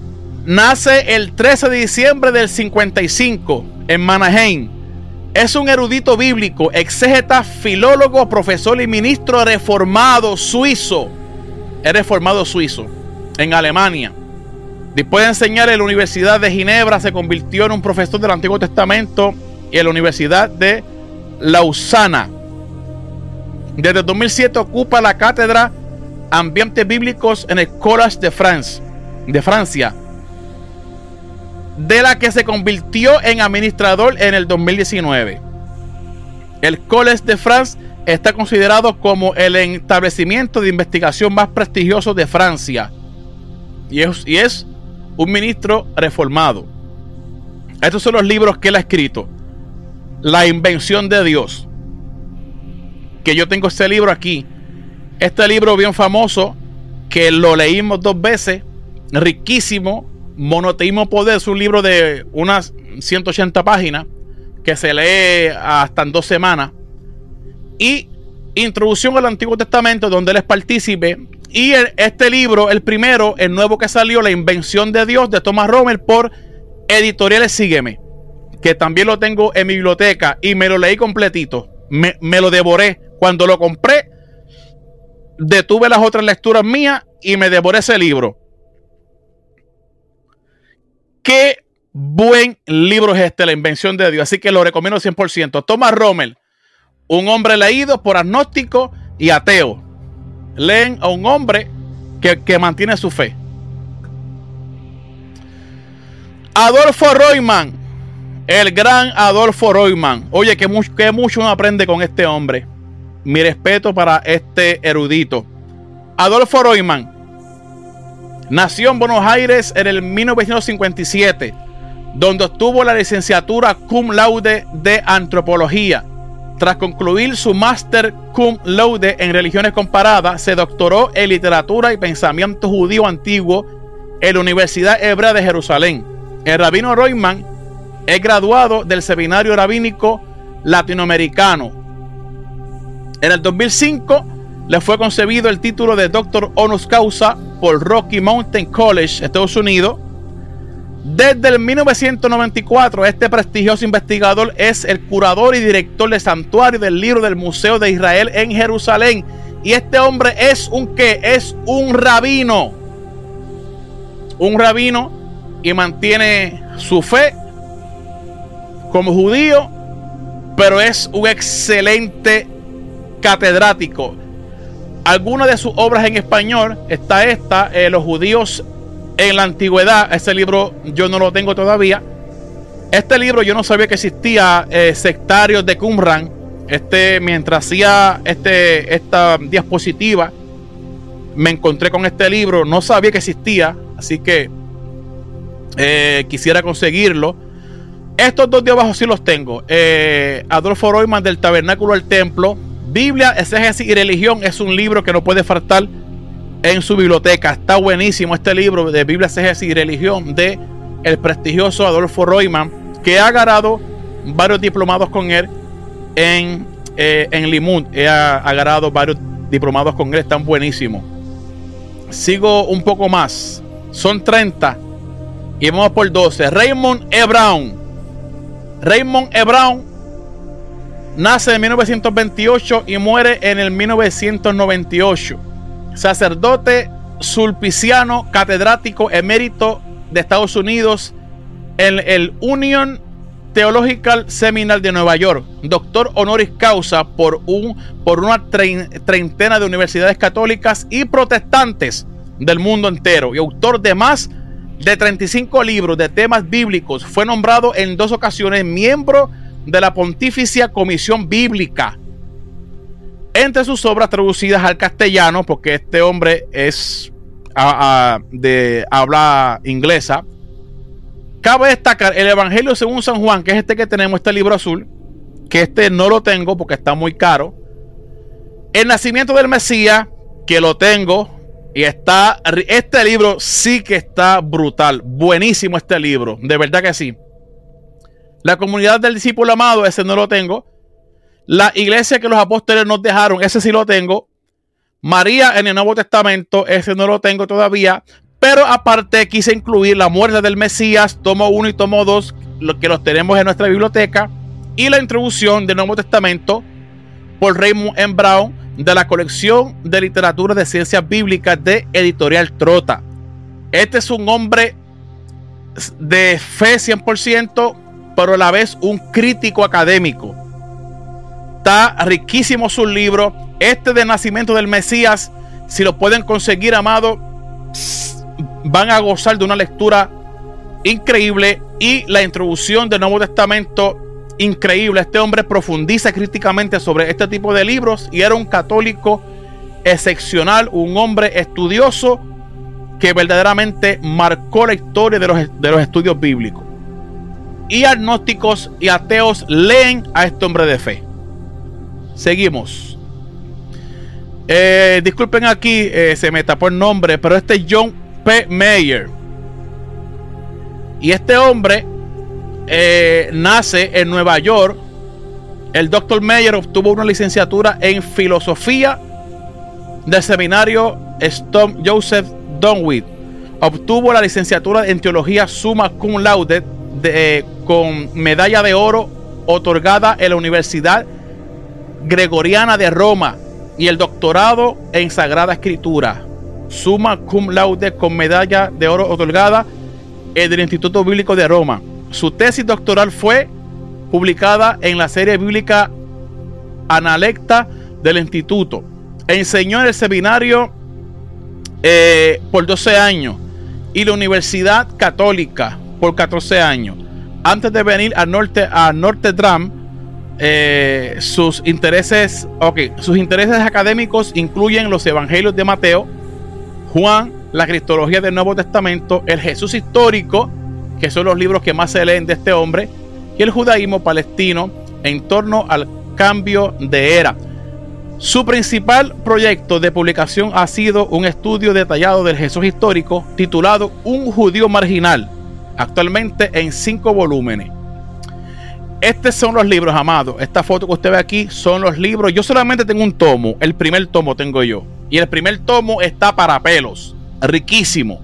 Nace el trece de diciembre del cincuenta y cinco en Mannheim. Es un erudito bíblico, exégeta, filólogo, profesor y ministro reformado suizo. Es reformado suizo en Alemania. Después de enseñar en la Universidad de Ginebra, se convirtió en un profesor del Antiguo Testamento y en la Universidad de Lausana. Desde el dos mil siete ocupa la cátedra Ambientes Bíblicos en el Collège de France, de Francia, de la que se convirtió en administrador en el dos mil diecinueve. El Collège de France está considerado como el establecimiento de investigación más prestigioso de Francia y es, y es un ministro reformado. Estos son los libros que él ha escrito. La invención de Dios, que yo tengo este libro aquí. Este libro bien famoso, que lo leímos dos veces, riquísimo. Monoteísmo Poder, es un libro de unas ciento ochenta páginas que se lee hasta en dos semanas. Y Introducción al Antiguo Testamento, donde él es partícipe. Y el, este libro, el primero, el nuevo que salió, La invención de Dios, de Thomas Romer, por Editoriales Sígueme, que también lo tengo en mi biblioteca y me lo leí completito. Me, me lo devoré. Cuando lo compré, detuve las otras lecturas mías y me devoré ese libro. Qué buen libro es este, La invención de Dios. Así que lo recomiendo cien por ciento. Thomas Romer, un hombre leído por agnóstico y ateo. Leen a un hombre que, que mantiene su fe. Adolfo Royman, el gran Adolfo Royman. Oye, que mucho, que mucho uno aprende con este hombre. Mi respeto para este erudito. Adolfo Royman nació en Buenos Aires en el mil novecientos cincuenta y siete, donde obtuvo la licenciatura cum laude de antropología. Tras concluir su máster cum laude en religiones comparadas, se doctoró en literatura y pensamiento judío antiguo en la Universidad Hebrea de Jerusalén. El rabino Royman es graduado del Seminario Rabínico Latinoamericano. En el dos mil cinco le fue concedido el título de Doctor Honoris Causa por Rocky Mountain College, Estados Unidos. Desde el mil novecientos noventa y cuatro, este prestigioso investigador es el curador y director del Santuario del Libro del Museo de Israel en Jerusalén. Y este hombre es un ¿qué? Es un rabino. Un rabino y mantiene su fe como judío, pero es un excelente catedrático. Algunas de sus obras en español está esta, eh, Los judíos en la antigüedad. Ese libro yo no lo tengo todavía. Este libro yo no sabía que existía, eh, Sectarios de Qumran. Este, mientras hacía este, esta diapositiva, me encontré con este libro. No sabía que existía, así que eh, quisiera conseguirlo. Estos dos de abajo sí los tengo. eh, Adolfo Royman, del Tabernáculo al Templo. Biblia, Exégesis y Religión, es un libro que no puede faltar en su biblioteca. Está buenísimo este libro de Biblia, Exégesis y Religión de el prestigioso Adolfo Royman, que ha ganado varios diplomados con él en, eh, en Limón. Ha, ha ganado varios diplomados con él, están buenísimos. Sigo un poco más. Son treinta y vamos por doce. Raymond E. Brown. Raymond E. Brown nace en mil novecientos veintiocho y muere en el mil novecientos noventa y ocho. Sacerdote sulpiciano, catedrático emérito de Estados Unidos en el Union Theological Seminary de Nueva York. Doctor honoris causa por, un, por una treintena de universidades católicas y protestantes del mundo entero. Y autor de más de treinta y cinco libros de temas bíblicos. Fue nombrado en dos ocasiones miembro de la Pontificia Comisión Bíblica. Entre sus obras traducidas al castellano, porque este hombre es a, a, de habla inglesa, cabe destacar el Evangelio según San Juan, que es este que tenemos, este libro azul, que este no lo tengo porque está muy caro. El Nacimiento del Mesías, que lo tengo y está, este libro sí que está brutal, buenísimo este libro, de verdad que sí. La Comunidad del Discípulo Amado, ese no lo tengo. La Iglesia que los apóstoles nos dejaron, ese sí lo tengo. María en el Nuevo Testamento, ese no lo tengo todavía. Pero aparte quise incluir La muerte del Mesías, tomo uno y tomo dos, lo que los tenemos en nuestra biblioteca, y la introducción del Nuevo Testamento por Raymond M. Brown de la colección de literatura de ciencias bíblicas de Editorial Trota. Este es un hombre de fe cien por ciento, pero a la vez un crítico académico. Está riquísimo su libro. Este de Nacimiento del Mesías, si lo pueden conseguir, amado, van a gozar de una lectura increíble, y la introducción del Nuevo Testamento increíble. Este hombre profundiza críticamente sobre este tipo de libros y era un católico excepcional, un hombre estudioso que verdaderamente marcó la historia de los, de los estudios bíblicos. Y agnósticos y ateos leen a este hombre de fe. Seguimos. Eh, disculpen aquí, eh, se me tapó el nombre, pero este es John P. Mayer. Y este hombre eh, nace en Nueva York. El doctor Mayer obtuvo una licenciatura en filosofía del seminario Stone Joseph Dunwich. Obtuvo la licenciatura en teología summa cum laude de, eh, con medalla de oro otorgada en la Universidad Gregoriana de Roma, y el doctorado en Sagrada Escritura summa cum laude con medalla de oro otorgada en el Instituto Bíblico de Roma. Su tesis doctoral fue publicada en la serie bíblica Analecta del Instituto. Enseñó en el seminario eh, por doce años y la Universidad Católica por catorce años. Antes de venir a Norte a Notre Dame, eh, sus intereses, okay, sus intereses académicos incluyen los Evangelios de Mateo, Juan, la Cristología del Nuevo Testamento, el Jesús histórico, que son los libros que más se leen de este hombre, y el judaísmo palestino en torno al cambio de era. Su principal proyecto de publicación ha sido un estudio detallado del Jesús histórico titulado Un judío marginal, actualmente en cinco volúmenes. Estos son los libros, amados. Esta foto que usted ve aquí son los libros. Yo solamente tengo un tomo, el primer tomo tengo yo, y el primer tomo está para pelos, riquísimo.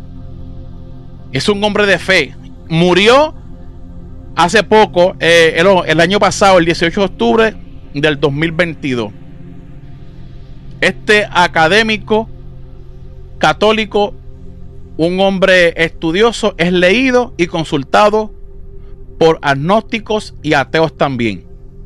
Es un hombre de fe. Murió hace poco, eh, el, el año pasado, el dieciocho de octubre del dos mil veintidós. Este académico católico, un hombre estudioso, es leído y consultado por agnósticos y ateos también.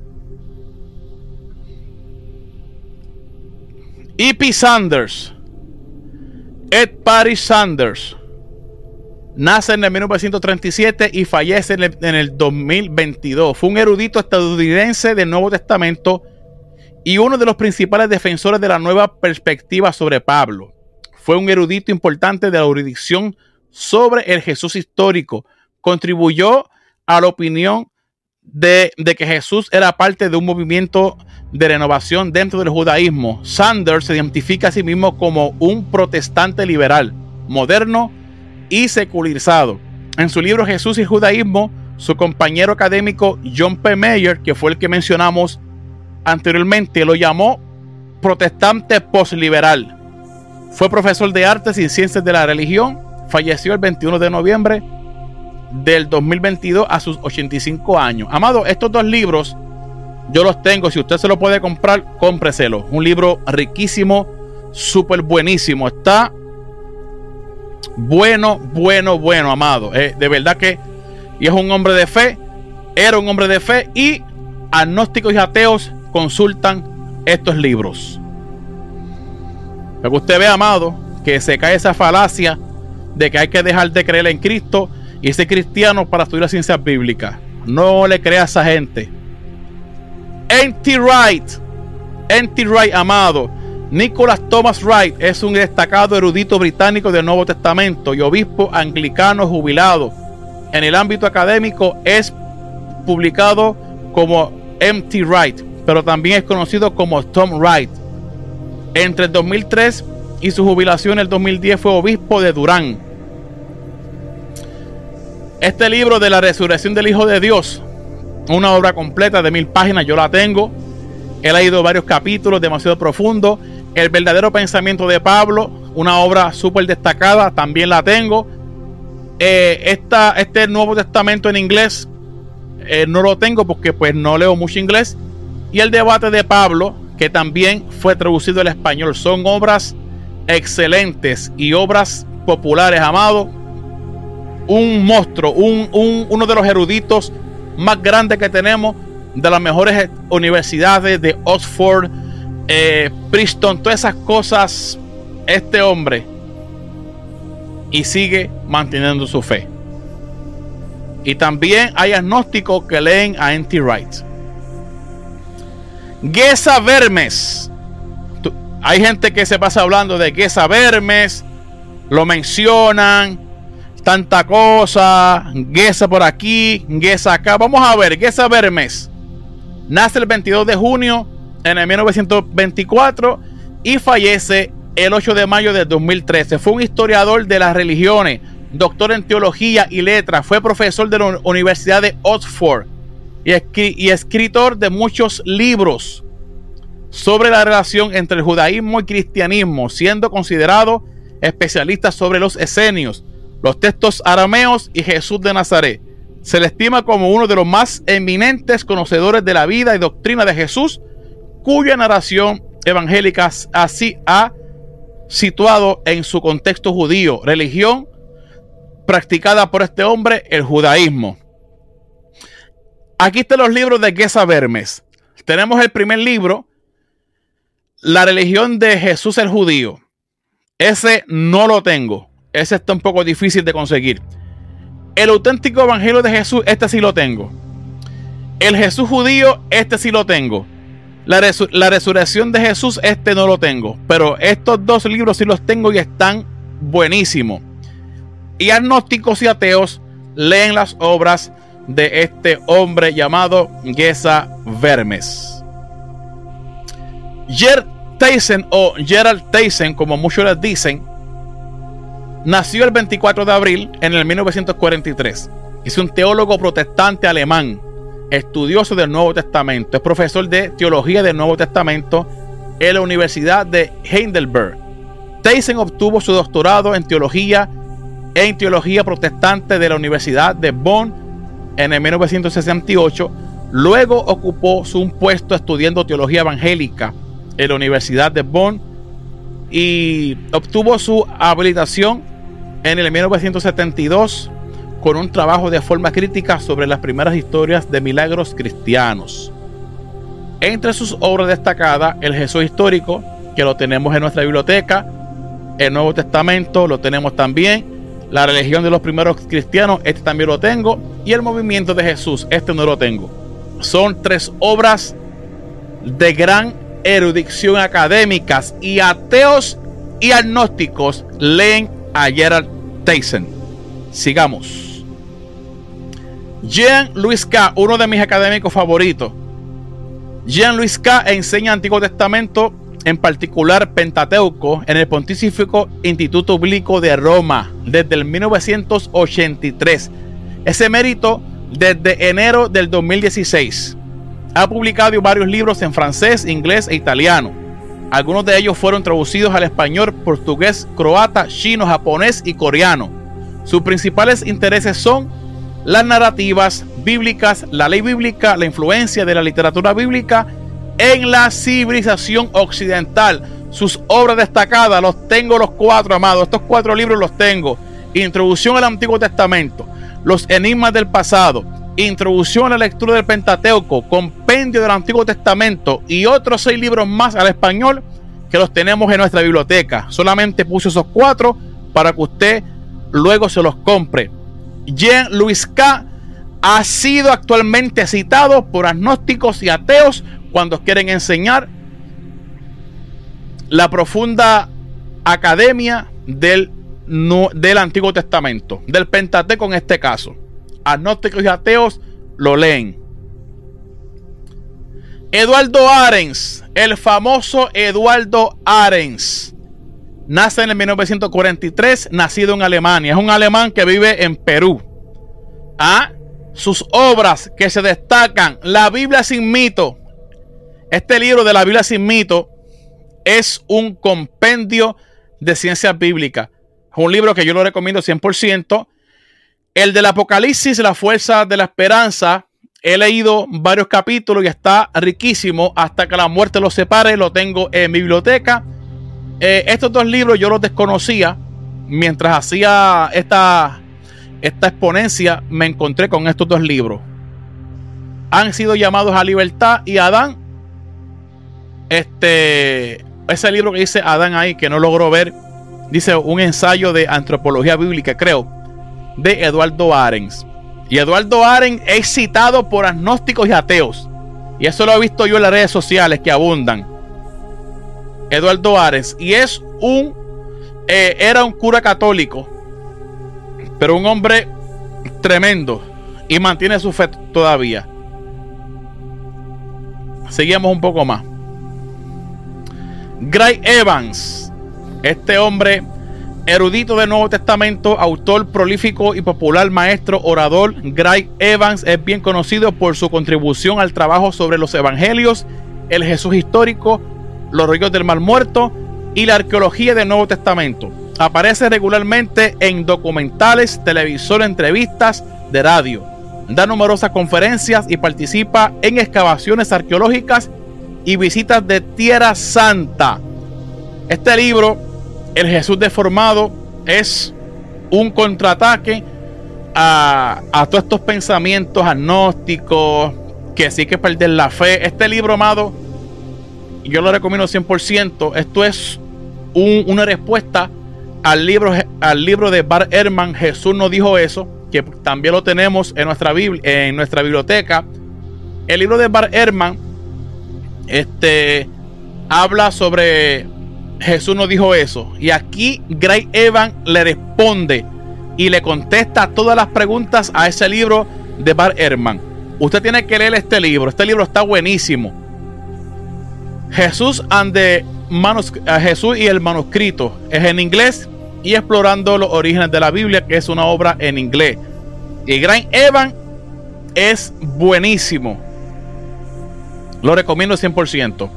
E P Sanders, Ed Parish Sanders, nace en el mil novecientos treinta y siete y fallece en el, en el dos mil veintidós. Fue un erudito estadounidense del Nuevo Testamento y uno de los principales defensores de la nueva perspectiva sobre Pablo. Fue un erudito importante de la jurisdicción sobre el Jesús histórico. Contribuyó a la opinión de, de que Jesús era parte de un movimiento de renovación dentro del judaísmo. Sanders se identifica a sí mismo como un protestante liberal, moderno y secularizado. En su libro Jesús y el Judaísmo, su compañero académico John P. Mayer, que fue el que mencionamos anteriormente, lo llamó protestante postliberal. Fue profesor de artes y ciencias de la religión. Falleció el veintiuno de noviembre del dos mil veintidós a sus ochenta y cinco años. Amado, estos dos libros yo los tengo. Si usted se lo puede comprar, cómpreselo. Un libro riquísimo, súper buenísimo. Está bueno, bueno, bueno, amado. Eh, de verdad que, y es un hombre de fe, era un hombre de fe, y agnósticos y ateos consultan estos libros. Para que usted vea, amado, que se cae esa falacia de que hay que dejar de creer en Cristo y ser cristiano para estudiar las ciencias bíblicas. No le crea a esa gente. N T Wright, N T Wright, amado. Nicholas Thomas Wright es un destacado erudito británico del Nuevo Testamento y obispo anglicano jubilado. En el ámbito académico es publicado como M T Wright, pero también es conocido como Tom Wright. Entre el dos mil tres y su jubilación en el dos mil diez fue obispo de Durán. Este libro de la resurrección del Hijo de Dios, una obra completa de mil páginas, yo la tengo. He leído varios capítulos, demasiado profundo. El verdadero pensamiento de Pablo, una obra súper destacada, también la tengo. Eh, esta, este Nuevo Testamento en inglés eh, no lo tengo porque pues no leo mucho inglés. Y el debate de Pablo, que también fue traducido al español. Son obras excelentes y obras populares, amado. Un monstruo, un, un, uno de los eruditos más grandes que tenemos, de las mejores universidades de Oxford, eh, Princeton, todas esas cosas. Este hombre, y sigue manteniendo su fe. Y también hay agnósticos que leen a N T Wright. Geza Vermes. Hay gente que se pasa hablando de Geza Vermes, lo mencionan, tanta cosa, Geza por aquí, Geza acá. Vamos a ver, Geza Vermes nace el veintidós de junio en el mil novecientos veinticuatro y fallece el ocho de mayo del dos mil trece. Fue un historiador de las religiones, doctor en teología y letras, fue profesor de la Universidad de Oxford y, escri y escritor de muchos libros sobre la relación entre el judaísmo y cristianismo, siendo considerado especialista sobre los esenios, los textos arameos y Jesús de Nazaret. Se le estima como uno de los más eminentes conocedores de la vida y doctrina de Jesús, cuya narración evangélica así ha situado en su contexto judío, religión practicada por este hombre, el judaísmo. Aquí están los libros de Geza Vermes. Tenemos el primer libro, La religión de Jesús el judío. Ese no lo tengo. Ese está un poco difícil de conseguir. El auténtico evangelio de Jesús, este sí lo tengo. El Jesús judío, este sí lo tengo. La, resur la resurrección de Jesús, este no lo tengo. Pero estos dos libros sí los tengo y están buenísimos. Y agnósticos y ateos leen las obras de este hombre llamado Geza Vermes. Gerald Tyson, o Gerald Tyson, como muchos les dicen, nació el veinticuatro de abril en el mil novecientos cuarenta y tres. Es un teólogo protestante alemán, estudioso del Nuevo Testamento. Es profesor de teología del Nuevo Testamento en la Universidad de Heidelberg. Tyson obtuvo su doctorado en teología en teología protestante de la Universidad de Bonn en el mil novecientos sesenta y ocho. Luego ocupó un puesto estudiando teología evangélica en la Universidad de Bonn y obtuvo su habilitación en el mil novecientos setenta y dos con un trabajo de forma crítica sobre las primeras historias de milagros cristianos. Entre sus obras destacadas, el Jesús histórico, que lo tenemos en nuestra biblioteca, el Nuevo Testamento lo tenemos también, la religión de los primeros cristianos, este también lo tengo, y el movimiento de Jesús, este no lo tengo. Son tres obras de gran erudición académicas, y ateos y agnósticos leen a Gerald Tyson. Sigamos. Jean-Louis K., uno de mis académicos favoritos. Jean-Louis K. enseña Antiguo Testamento, en particular Pentateuco, en el Pontificio Instituto Bíblico de Roma desde el mil novecientos ochenta y tres. Ese mérito desde enero del dos mil dieciséis. Ha publicado varios libros en francés, inglés e italiano. Algunos de ellos fueron traducidos al español, portugués, croata, chino, japonés y coreano. Sus principales intereses son las narrativas bíblicas, la ley bíblica, la influencia de la literatura bíblica en la civilización occidental. Sus obras destacadas, los tengo los cuatro, amados. Estos cuatro libros los tengo. Introducción al Antiguo Testamento, Los enigmas del pasado, Introducción a la lectura del Pentateuco, Compendio del Antiguo Testamento y otros seis libros más al español que los tenemos en nuestra biblioteca. Solamente puse esos cuatro para que usted luego se los compre. Jean-Louis K. ha sido actualmente citado por agnósticos y ateos cuando quieren enseñar la profunda academia del, no, del Antiguo Testamento, del Pentateuco en este caso. Agnósticos y ateos lo leen. Eduardo Arens, el famoso Eduardo Arens, nace en el mil novecientos cuarenta y tres, nacido en Alemania. Es un alemán que vive en Perú. ¿Ah? Sus obras que se destacan: La Biblia sin mito. Este libro de la Biblia sin mito es un compendio de ciencias bíblicas. Es un libro que yo lo recomiendo cien por ciento. El del Apocalipsis, la fuerza de la esperanza, he leído varios capítulos y está riquísimo. Hasta que la muerte los separe, lo tengo en mi biblioteca. Eh, estos dos libros yo los desconocía. Mientras hacía esta, esta exponencia, me encontré con estos dos libros. Han sido llamados a libertad y Adán. Este, ese libro que dice Adán ahí, que no logro ver, dice un ensayo de antropología bíblica, creo, de Eduardo Arens. Y Eduardo Arens es citado por agnósticos y ateos. Y eso lo he visto yo en las redes sociales que abundan. Eduardo Arens. Y es un, eh, era un cura católico, pero un hombre tremendo. Y mantiene su fe todavía. Seguimos un poco más. Gray Evans, este hombre erudito del Nuevo Testamento, autor prolífico y popular, maestro, orador. Gray Evans es bien conocido por su contribución al trabajo sobre los evangelios, el Jesús histórico, los rollos del Mar Muerto y la arqueología del Nuevo Testamento. Aparece regularmente en documentales, televisor, entrevistas de radio. Da numerosas conferencias y participa en excavaciones arqueológicas y visitas de Tierra Santa. Este libro, El Jesús Deformado, es un contraataque a, a todos estos pensamientos agnósticos, que sí que perder la fe. Este libro, amado, yo lo recomiendo cien por ciento. Esto es un, una respuesta al libro, al libro de Bart Ehrman, Jesús no dijo eso, que también lo tenemos en nuestra, biblia, en nuestra biblioteca. El libro de Bart Ehrman este, habla sobre Jesús no dijo eso. Y aquí Gray Evans le responde y le contesta todas las preguntas a ese libro de Bart Ehrman. Usted tiene que leer este libro. Este libro está buenísimo. Jesús and the manus Jesús y el manuscrito. Es en inglés. Y explorando los orígenes de la Biblia, que es una obra en inglés. Y Gray Evans es buenísimo. Lo recomiendo cien por ciento.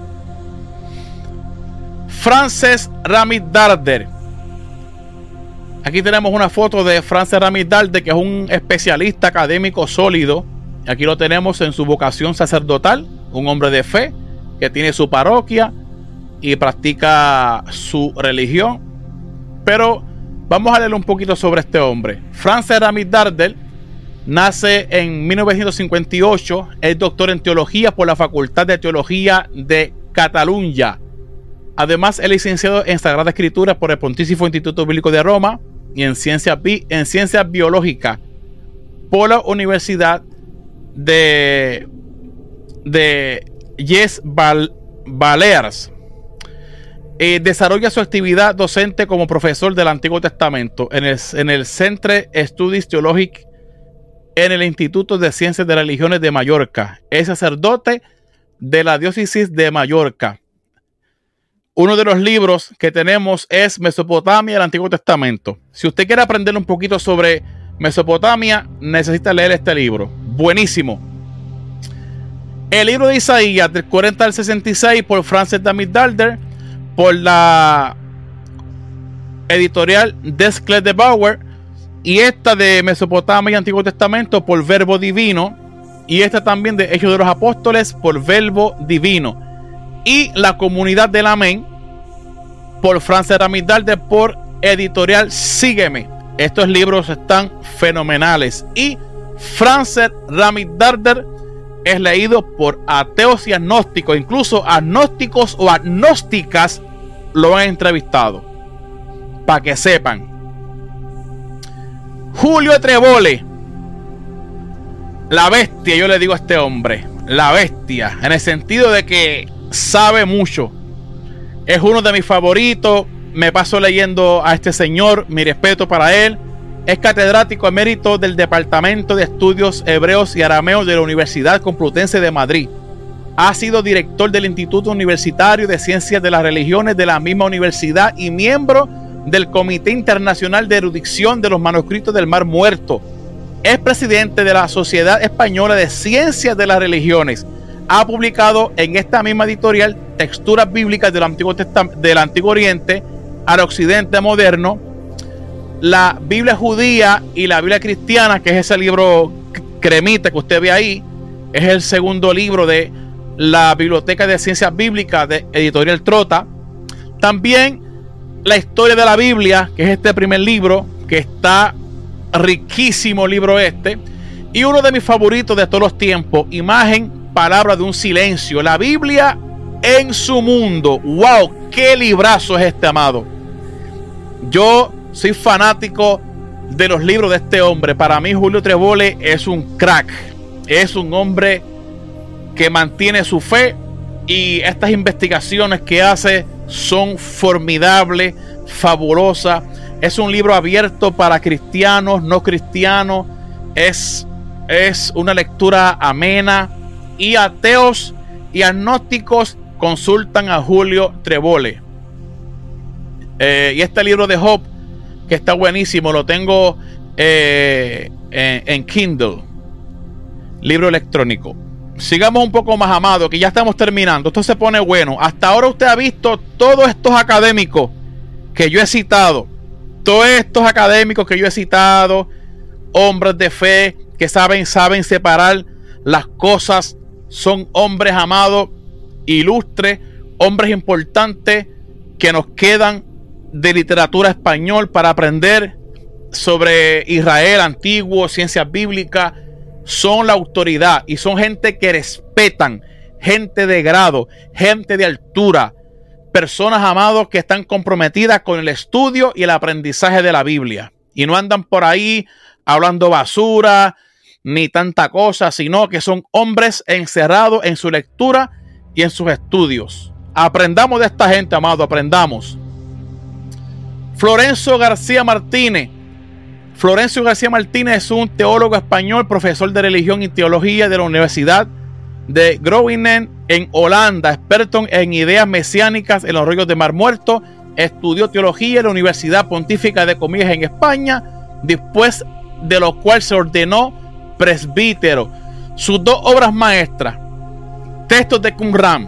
Frances Ramis Darder. Aquí tenemos una foto de Frances Ramis Darder, que es un especialista académico sólido. Aquí lo tenemos en su vocación sacerdotal. Un hombre de fe que tiene su parroquia y practica su religión. Pero vamos a leer un poquito sobre este hombre. Frances Ramis Darder nace en mil novecientos cincuenta y ocho. Es doctor en teología por la Facultad de Teología de Cataluña. Además, es licenciado en Sagrada Escritura por el Pontificio Instituto Bíblico de Roma y en Ciencias, Bi en Ciencias Biológicas por la Universidad de, de Yes Bal Balears. Eh, desarrolla su actividad docente como profesor del Antiguo Testamento en el, en el Centre Studies Theologiques en el Instituto de Ciencias de Religiones de Mallorca. Es sacerdote de la diócesis de Mallorca. Uno de los libros que tenemos es Mesopotamia y el Antiguo Testamento. Si usted quiere aprender un poquito sobre Mesopotamia, necesita leer este libro. Buenísimo. El libro de Isaías, del cuarenta al sesenta y seis, por Frances Ramis Darder, por la editorial Desclés de Bauer. Y esta de Mesopotamia y Antiguo Testamento por Verbo Divino. Y esta también de Hechos de los Apóstoles por Verbo Divino. Y La Comunidad del Amén por Frances Ramis Darder por editorial Sígueme. Estos libros están fenomenales. Y Frances Ramis Darder es leído por ateos y agnósticos. Incluso agnósticos o agnósticas lo han entrevistado. Para que sepan. Julio Trevole. La bestia, yo le digo a este hombre. La bestia. En el sentido de que sabe mucho. Es uno de mis favoritos. Me paso leyendo a este señor. Mi respeto para él. Es catedrático emérito del Departamento de Estudios Hebreos y Arameos de la Universidad Complutense de Madrid. Ha sido director del Instituto Universitario de Ciencias de las Religiones de la misma universidad y miembro del Comité Internacional de Erudición de los Manuscritos del Mar Muerto. Es presidente de la Sociedad Española de Ciencias de las Religiones. Ha publicado en esta misma editorial texturas bíblicas del Antiguo, Testam- del Antiguo Oriente al occidente moderno, la Biblia judía y la Biblia cristiana, que es ese libro cremita que usted ve ahí, es el segundo libro de la Biblioteca de Ciencias Bíblicas de Editorial Trota. También la historia de la Biblia, que es este primer libro, que está riquísimo libro este. Y uno de mis favoritos de todos los tiempos, Imagen, Palabra de un Silencio, la Biblia en su mundo. ¡Wow! ¡Qué librazo es este, amado! Yo soy fanático de los libros de este hombre. Para mí Julio Trevole es un crack. Es un hombre que mantiene su fe, y estas investigaciones que hace son formidables, fabulosas. Es un libro abierto para cristianos, no cristianos. Es, es una lectura amena, y ateos y agnósticos consultan a Julio Trevole. Eh, y este libro de Job, que está buenísimo, lo tengo eh, en, en Kindle, libro electrónico. Sigamos un poco más, amado, que ya estamos terminando. Esto se pone bueno. Hasta ahora usted ha visto todos estos académicos que yo he citado. Todos estos académicos que yo he citado, hombres de fe que saben, saben separar las cosas. Son hombres, amados, ilustres, hombres importantes que nos quedan de literatura español para aprender sobre Israel antiguo, ciencias bíblicas. Son la autoridad y son gente que respetan, gente de grado, gente de altura, personas, amados, que están comprometidas con el estudio y el aprendizaje de la Biblia, y no andan por ahí hablando basura ni tanta cosa, sino que son hombres encerrados en su lectura y en sus estudios. Aprendamos de esta gente, amado, aprendamos. Florencio García Martínez. Florencio García Martínez es un teólogo español, profesor de religión y teología de la Universidad de Groningen en Holanda, experto en ideas mesiánicas en los rollos de Mar Muerto. Estudió teología en la Universidad Pontífica de Comillas en España, después de lo cual se ordenó presbítero. Sus dos obras maestras, Textos de Qumran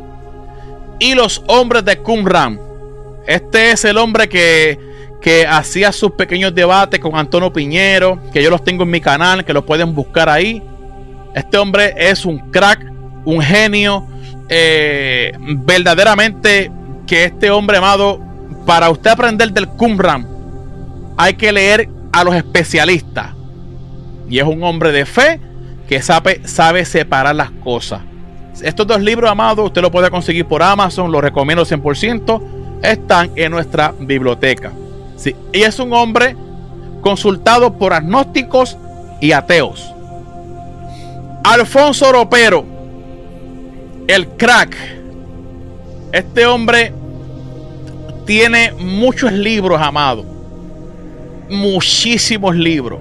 y Los Hombres de Qumran. Este es el hombre que, que hacía sus pequeños debates con Antonio Piñero, que yo los tengo en mi canal, que los pueden buscar ahí. Este hombre es un crack, un genio, eh, verdaderamente, que este hombre, amado, para usted aprender del Qumran hay que leer a los especialistas, y es un hombre de fe que sabe, sabe separar las cosas. Estos dos libros, amado, usted lo puede conseguir por Amazon, lo recomiendo cien por ciento. Están en nuestra biblioteca. Sí, y es un hombre consultado por agnósticos y ateos. Alfonso Ropero, el crack. Este hombre tiene muchos libros, amado. Muchísimos libros.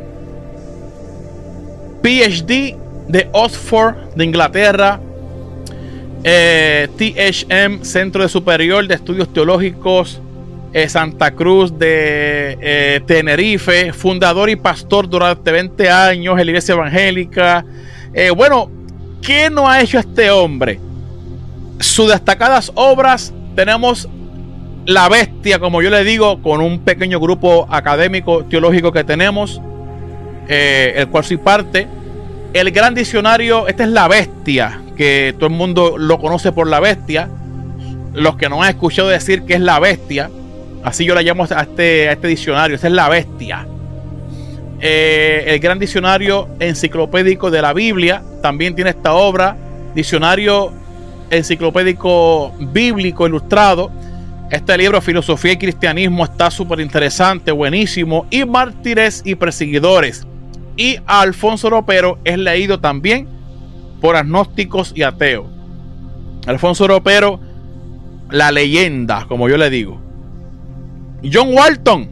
P H D de Oxford, de Inglaterra. Eh, T H M, Centro de Superior de Estudios Teológicos, eh, Santa Cruz de eh, Tenerife, fundador y pastor durante veinte años en la Iglesia Evangélica. Eh, bueno, ¿qué no ha hecho este hombre? Sus destacadas obras, tenemos La Bestia, como yo le digo, con un pequeño grupo académico teológico que tenemos, eh, el cual soy parte. El Gran Diccionario, esta es La Bestia, que todo el mundo lo conoce por La Bestia. Los que no han escuchado decir que es La Bestia, así yo la llamo a este, a este diccionario, esta es La Bestia. Eh, el Gran Diccionario Enciclopédico de la Biblia también tiene esta obra. Diccionario Enciclopédico Bíblico Ilustrado. Este libro, Filosofía y Cristianismo, está súper interesante, buenísimo. Y Mártires y Perseguidores. Y Alfonso Ropero es leído también por agnósticos y ateos. Alfonso Ropero, la leyenda, como yo le digo. John Walton.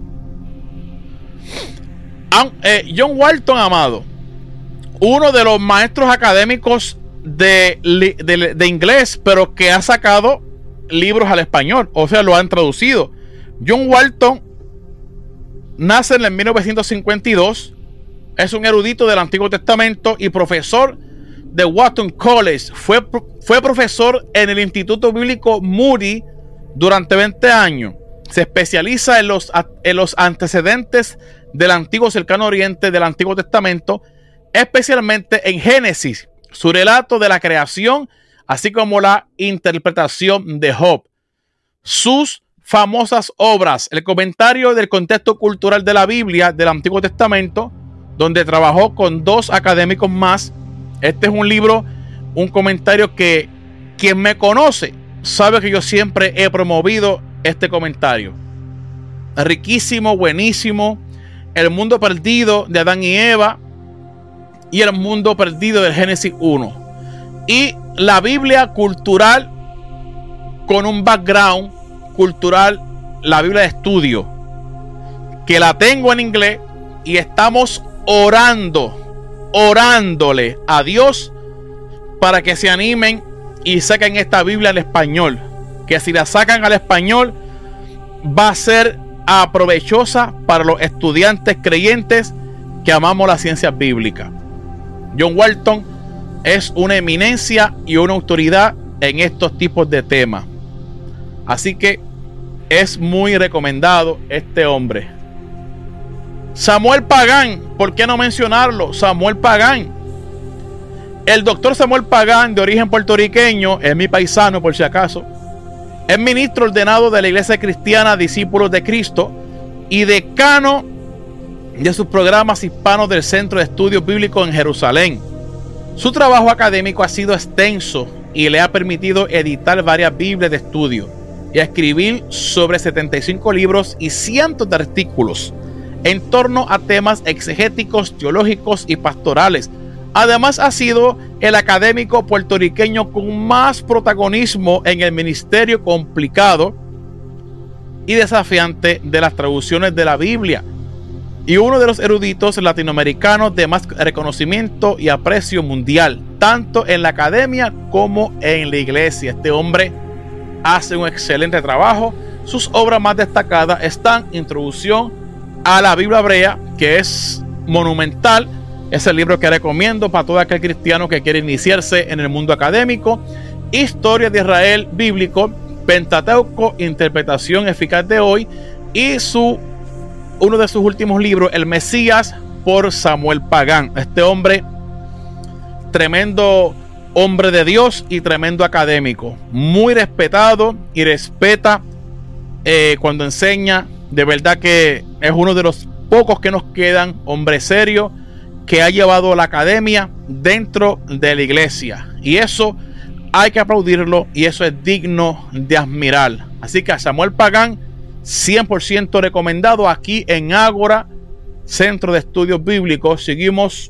Eh, John Walton, amado, uno de los maestros académicos de, de, de inglés, pero que ha sacado libros al español, o sea, lo han traducido. John Walton nace en el mil novecientos cincuenta y dos. Es un erudito del Antiguo Testamento y profesor de Wharton College. Fue, fue profesor en el Instituto Bíblico Moody durante veinte años. Se especializa en los, en los antecedentes del antiguo cercano oriente del Antiguo Testamento, especialmente en Génesis, su relato de la creación, así como la interpretación de Job. Sus famosas obras, el comentario del contexto cultural de la Biblia del Antiguo Testamento, donde trabajó con dos académicos más. Este es un libro, un comentario que quien me conoce sabe que yo siempre he promovido este comentario. Riquísimo, buenísimo. El mundo perdido de Adán y Eva y el mundo perdido del Génesis uno. Y la Biblia cultural con un background cultural, la Biblia de estudio, que la tengo en inglés y estamos orando, orándole a Dios para que se animen y saquen esta Biblia al español, que si la sacan al español va a ser aprovechosa para los estudiantes creyentes que amamos la ciencia bíblica. John Walton es una eminencia y una autoridad en estos tipos de temas, así que es muy recomendado este hombre. Samuel Pagán, ¿por qué no mencionarlo? Samuel Pagán, el doctor Samuel Pagán, de origen puertorriqueño, es mi paisano por si acaso. Es ministro ordenado de la Iglesia Cristiana Discípulos de Cristo y decano de sus programas hispanos del Centro de Estudios Bíblicos en Jerusalén. Su trabajo académico ha sido extenso y le ha permitido editar varias Biblias de estudio y a escribir sobre setenta y cinco libros y cientos de artículos en torno a temas exegéticos, teológicos y pastorales. Además, ha sido el académico puertorriqueño con más protagonismo en el ministerio complicado y desafiante de las traducciones de la Biblia, y uno de los eruditos latinoamericanos de más reconocimiento y aprecio mundial, tanto en la academia como en la iglesia. Este hombre hace un excelente trabajo. Sus obras más destacadas están Introducción a la Biblia Hebrea, que es monumental. Es el libro que recomiendo para todo aquel cristiano que quiere iniciarse en el mundo académico. Historia de Israel bíblico, Pentateuco, interpretación eficaz de hoy, y su uno de sus últimos libros, El Mesías, por Samuel Pagán. Este hombre, tremendo hombre de Dios y tremendo académico, muy respetado y respeta eh, cuando enseña. De verdad que es uno de los pocos que nos quedan, hombre serio, que ha llevado la academia dentro de la iglesia, y eso hay que aplaudirlo y eso es digno de admirar. Así que a Samuel Pagán, cien por ciento recomendado aquí en Ágora, Centro de Estudios Bíblicos. Seguimos.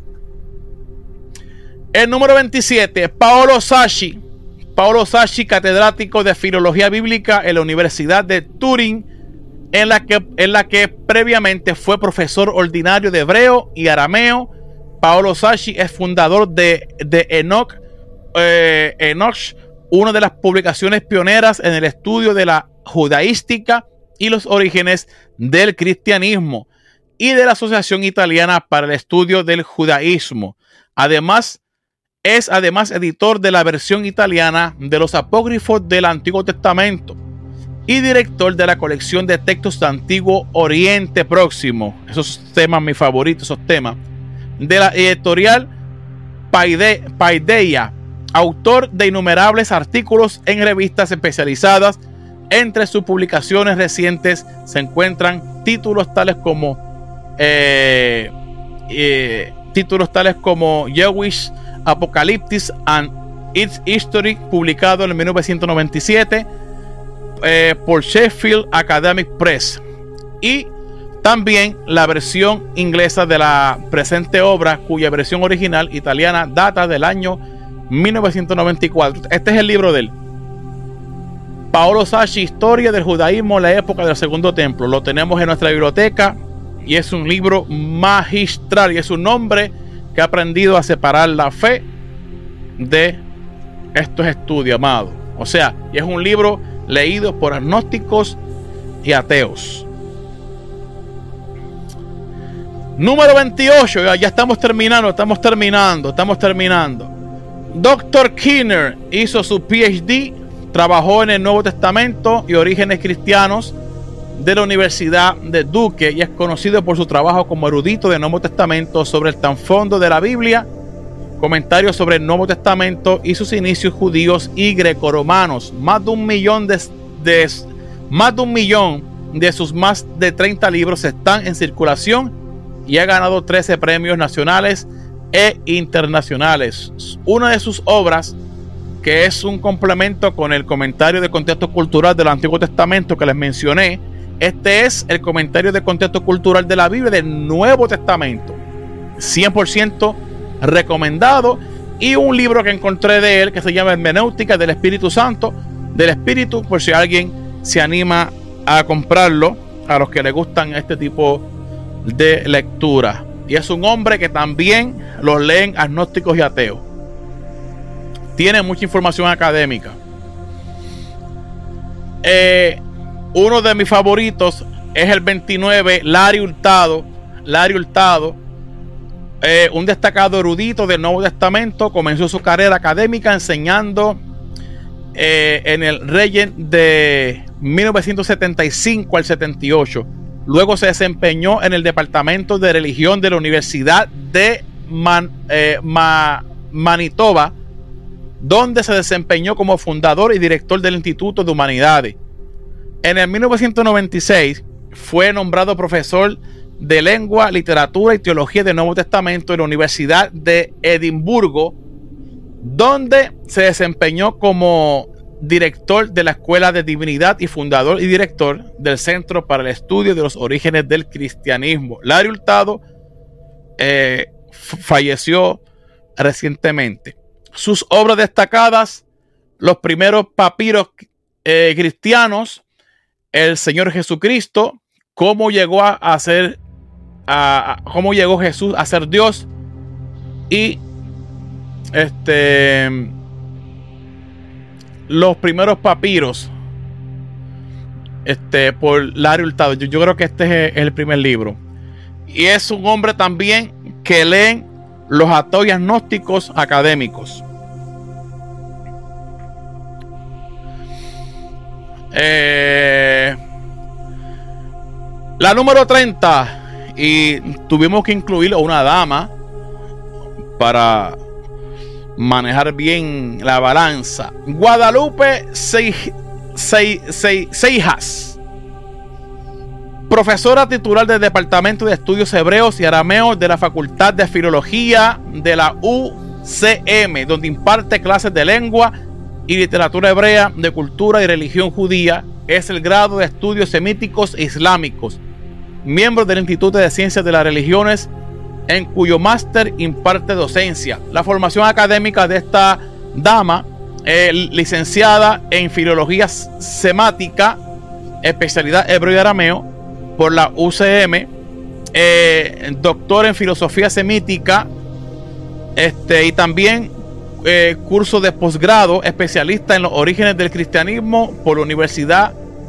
El número veintisiete, Paolo Sacchi. Paolo Sacchi, catedrático de Filología Bíblica en la Universidad de Turín, en la que, en la que previamente fue profesor ordinario de hebreo y arameo. Paolo Sacchi es fundador de, de Enoch, eh, Enoch, una de las publicaciones pioneras en el estudio de la judaística y los orígenes del cristianismo, y de la Asociación Italiana para el Estudio del Judaísmo. Además, es además editor de la versión italiana de los apócrifos del Antiguo Testamento y director de la colección de textos de Antiguo Oriente Próximo. Esos temas, mis favoritos, esos temas. De la editorial Paide, Paideia, autor de innumerables artículos en revistas especializadas. Entre sus publicaciones recientes se encuentran títulos tales como eh, eh, títulos tales como Jewish Apocalypse and Its History, publicado en mil novecientos noventa y siete eh, por Sheffield Academic Press, y también la versión inglesa de la presente obra, cuya versión original italiana data del año mil novecientos noventa y cuatro. Este es el libro de él, Paolo Sacchi, Historia del Judaísmo en la época del Segundo Templo. Lo tenemos en nuestra biblioteca y es un libro magistral, y es un hombre que ha aprendido a separar la fe de estos estudios, amado. O sea, es un libro leído por agnósticos y ateos. Número veintiocho, ya, ya estamos terminando, estamos terminando, estamos terminando. doctor Keener hizo su P H D, trabajó en el Nuevo Testamento y orígenes cristianos de la Universidad de Duke y es conocido por su trabajo como erudito del Nuevo Testamento sobre el trasfondo de la Biblia, comentarios sobre el Nuevo Testamento y sus inicios judíos y grecoromanos. Más de un millón de, de, más de un millón de sus más de treinta libros están en circulación y ha ganado trece premios nacionales e internacionales. Una de sus obras, que es un complemento con el comentario de contexto cultural del Antiguo Testamento que les mencioné, este es el comentario de contexto cultural de la Biblia del Nuevo Testamento, cien por ciento recomendado, y un libro que encontré de él que se llama Hermenéutica del Espíritu Santo, del Espíritu, por si alguien se anima a comprarlo, a los que les gustan este tipo de lectura. Y es un hombre que también lo leen agnósticos y ateos. Tiene mucha información académica. Eh, uno de mis favoritos es el veintinueve, Larry Hurtado. Larry Hurtado, eh, un destacado erudito del Nuevo Testamento, comenzó su carrera académica enseñando eh, en el Regent de mil novecientos setenta y cinco al setenta y ocho. Luego se desempeñó en el Departamento de Religión de la Universidad de Man, eh, Ma, Manitoba, donde se desempeñó como fundador y director del Instituto de Humanidades. En el mil novecientos noventa y seis fue nombrado profesor de Lengua, Literatura y Teología del Nuevo Testamento en la Universidad de Edimburgo, donde se desempeñó como director de la Escuela de Divinidad y fundador y director del Centro para el Estudio de los Orígenes del Cristianismo. Larry Hurtado eh, falleció recientemente. Sus obras destacadas: los primeros papiros eh, cristianos, el Señor Jesucristo, cómo llegó a, a ser, a, a, cómo llegó Jesús a ser Dios, y este los primeros papiros, este por Larry Hurtado. Yo, yo creo que este es el primer libro, y es un hombre también que leen los ateos y agnósticos académicos. Eh, la número treinta, y tuvimos que incluir a una dama para manejar bien la balanza. Guadalupe Seijas, profesora titular del Departamento de Estudios Hebreos y Arameos de la Facultad de Filología de la U C M, donde imparte clases de lengua y literatura hebrea, de cultura y religión judía. Es el grado de estudios semíticos e islámicos, miembro del Instituto de Ciencias de las Religiones, en cuyo máster imparte docencia. La formación académica de esta dama, eh, licenciada en Filología Semática, especialidad hebreo y arameo por la U C M, eh, doctor en Filosofía Semítica, este, y también eh, curso de posgrado, especialista en los orígenes del cristianismo por la Universidad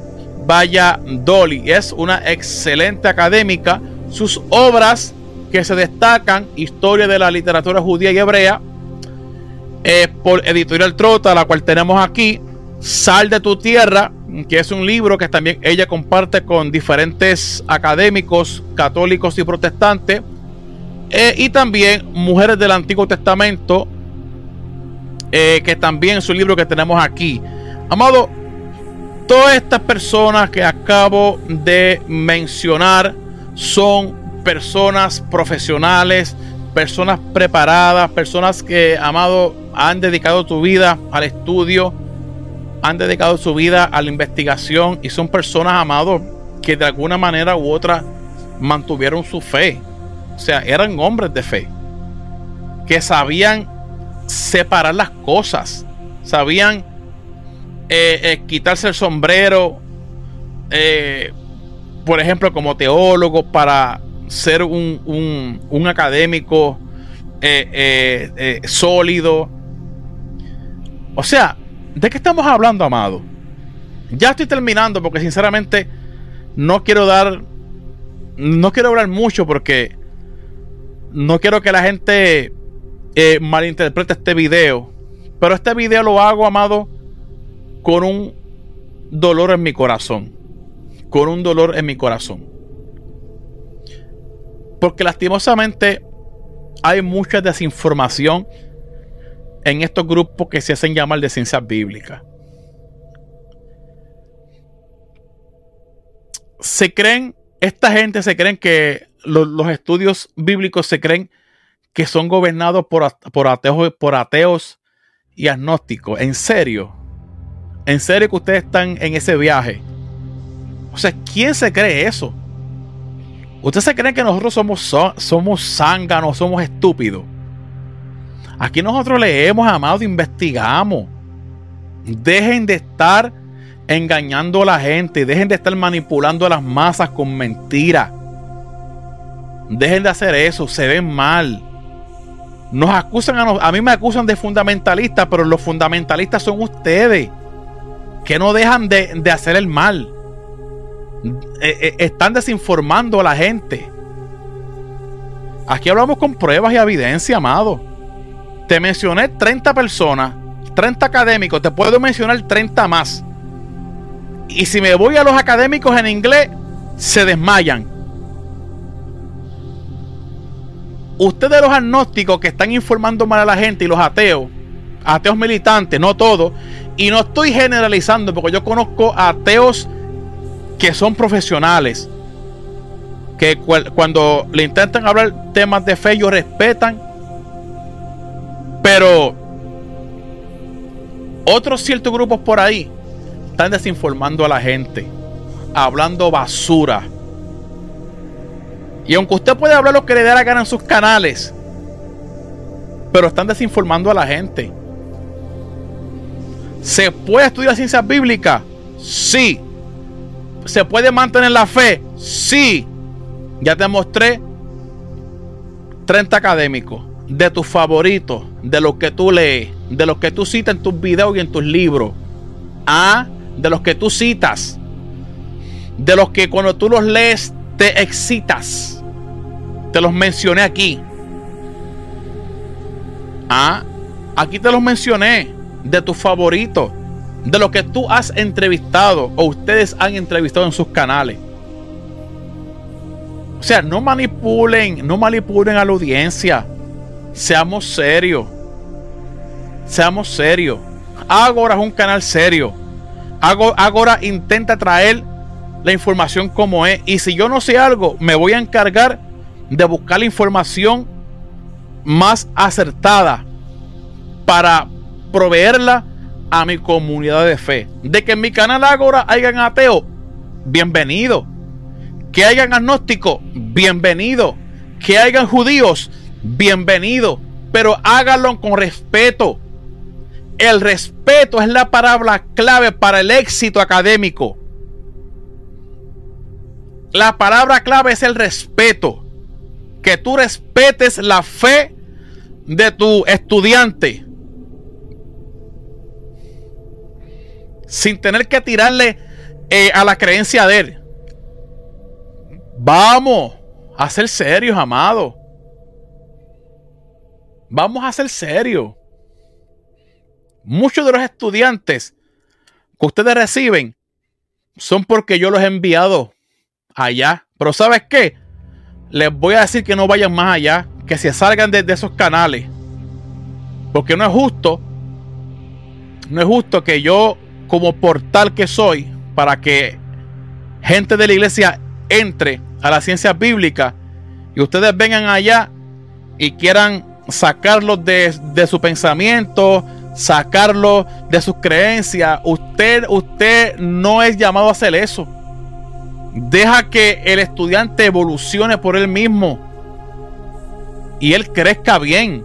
Valladolid. Es una excelente académica. Sus obras que se destacan: Historia de la Literatura Judía y Hebrea, eh, por Editorial Trota, la cual tenemos aquí; Sal de tu Tierra, que es un libro que también ella comparte con diferentes académicos católicos y protestantes, eh, y también Mujeres del Antiguo Testamento, eh, que también es un libro que tenemos aquí. Amado, todas estas personas que acabo de mencionar son personas profesionales, personas preparadas, personas que, amado, han dedicado su vida al estudio, han dedicado su vida a la investigación, y son personas, amado, que de alguna manera u otra mantuvieron su fe. O sea, eran hombres de fe que sabían separar las cosas, sabían eh, eh, quitarse el sombrero, eh, por ejemplo, como teólogo, para ser un, un, un académico eh, eh, eh, sólido. O sea, ¿de qué estamos hablando, amado? Ya estoy terminando, porque sinceramente no quiero dar no quiero hablar mucho, porque no quiero que la gente eh, malinterprete este video. Pero este video lo hago, amado, con un dolor en mi corazón, con un dolor en mi corazón. Porque lastimosamente hay mucha desinformación en estos grupos que se hacen llamar de ciencias bíblicas. Se creen, esta gente se creen que los, los estudios bíblicos se creen que son gobernados por, por, ateos, por ateos y agnósticos. ¿En serio? ¿En serio que ustedes están en ese viaje? O sea, ¿quién se cree eso? ¿Ustedes se creen que nosotros somos, so, somos zánganos, somos estúpidos? Aquí nosotros leemos, amados, investigamos. Dejen de estar engañando a la gente. Dejen de estar manipulando a las masas con mentiras. Dejen de hacer eso. Se ven mal. Nos acusan a, nos, a mí me acusan de fundamentalista, pero los fundamentalistas son ustedes, que no dejan de, de hacer el mal. Eh, eh, están desinformando a la gente. Aquí hablamos con pruebas y evidencia, amado. Te mencioné treinta personas, treinta académicos, te puedo mencionar treinta más. Y si me voy a los académicos en inglés, se desmayan. Ustedes, los agnósticos que están informando mal a la gente, y los ateos, ateos militantes, no todos, y no estoy generalizando porque yo conozco ateos que son profesionales, que cu cuando le intentan hablar temas de fe ellos respetan, pero otros ciertos grupos por ahí están desinformando a la gente, hablando basura. Y aunque usted puede hablar lo que le dé la gana en sus canales, pero están desinformando a la gente. ¿Se puede estudiar ciencias bíblicas? Sí. ¿Se puede mantener la fe? Sí. Ya te mostré treinta académicos de tus favoritos, de los que tú lees, de los que tú citas en tus videos y en tus libros. Ah, de los que tú citas, de los que cuando tú los lees te excitas. Te los mencioné aquí. Ah, aquí te los mencioné, de tus favoritos, de los que tú has entrevistado o ustedes han entrevistado en sus canales. O sea, no manipulen, no manipulen a la audiencia. Seamos serios. Seamos serios. Agora es un canal serio. Agora intenta traer la información como es. Y si yo no sé algo, me voy a encargar de buscar la información más acertada para proveerla a mi comunidad de fe. De que en mi canal Agora hayan ateos, bienvenido. Que hayan agnósticos, bienvenido. Que hayan judíos, bienvenido. Pero háganlo con respeto. El respeto es la palabra clave para el éxito académico. La palabra clave es el respeto. Que tú respetes la fe de tu estudiante sin tener que tirarle eh, a la creencia de él. Vamos a ser serios, amados. Vamos a ser serios. Muchos de los estudiantes que ustedes reciben son porque yo los he enviado allá. Pero ¿sabes qué? Les voy a decir que no vayan más allá, que se salgan de, de esos canales, porque no es justo, no es justo que yo, como portal que soy, para que gente de la iglesia entre a la ciencia bíblica y ustedes vengan allá y quieran sacarlos de, de su pensamiento, sacarlos de sus creencias. Usted, usted no es llamado a hacer eso. Deja que el estudiante evolucione por él mismo y él crezca bien.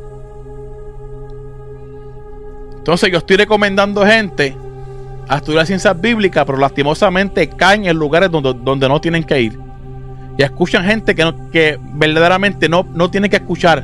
Entonces yo estoy recomendando gente a estudiar ciencias bíblicas, pero lastimosamente caen en lugares donde, donde no tienen que ir. Y escuchan gente que, no, que verdaderamente no, no tienen que escuchar.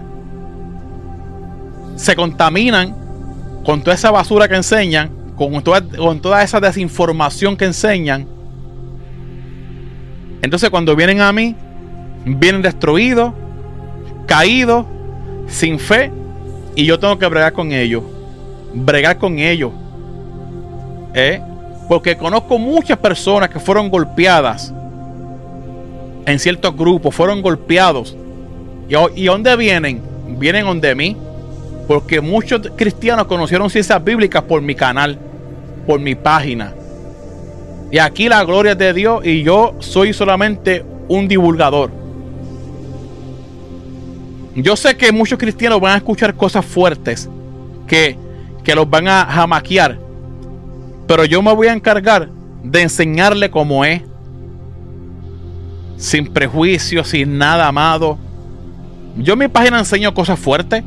Se contaminan con toda esa basura que enseñan, con toda, con toda esa desinformación que enseñan. Entonces cuando vienen a mí, vienen destruidos, caídos, sin fe, y yo tengo que bregar con ellos. Bregar con ellos. ¿Eh? Porque conozco muchas personas que fueron golpeadas en ciertos grupos, fueron golpeados. ¿Y, y dónde vienen? Vienen donde mí. Porque muchos cristianos conocieron ciencias bíblicas por mi canal, por mi página. Y aquí la gloria es de Dios y yo soy solamente un divulgador. Yo sé que muchos cristianos van a escuchar cosas fuertes que, que los van a jamaquear. Pero yo me voy a encargar de enseñarle cómo es. Sin prejuicio, sin nada, amado. Yo en mi página enseño cosas fuertes.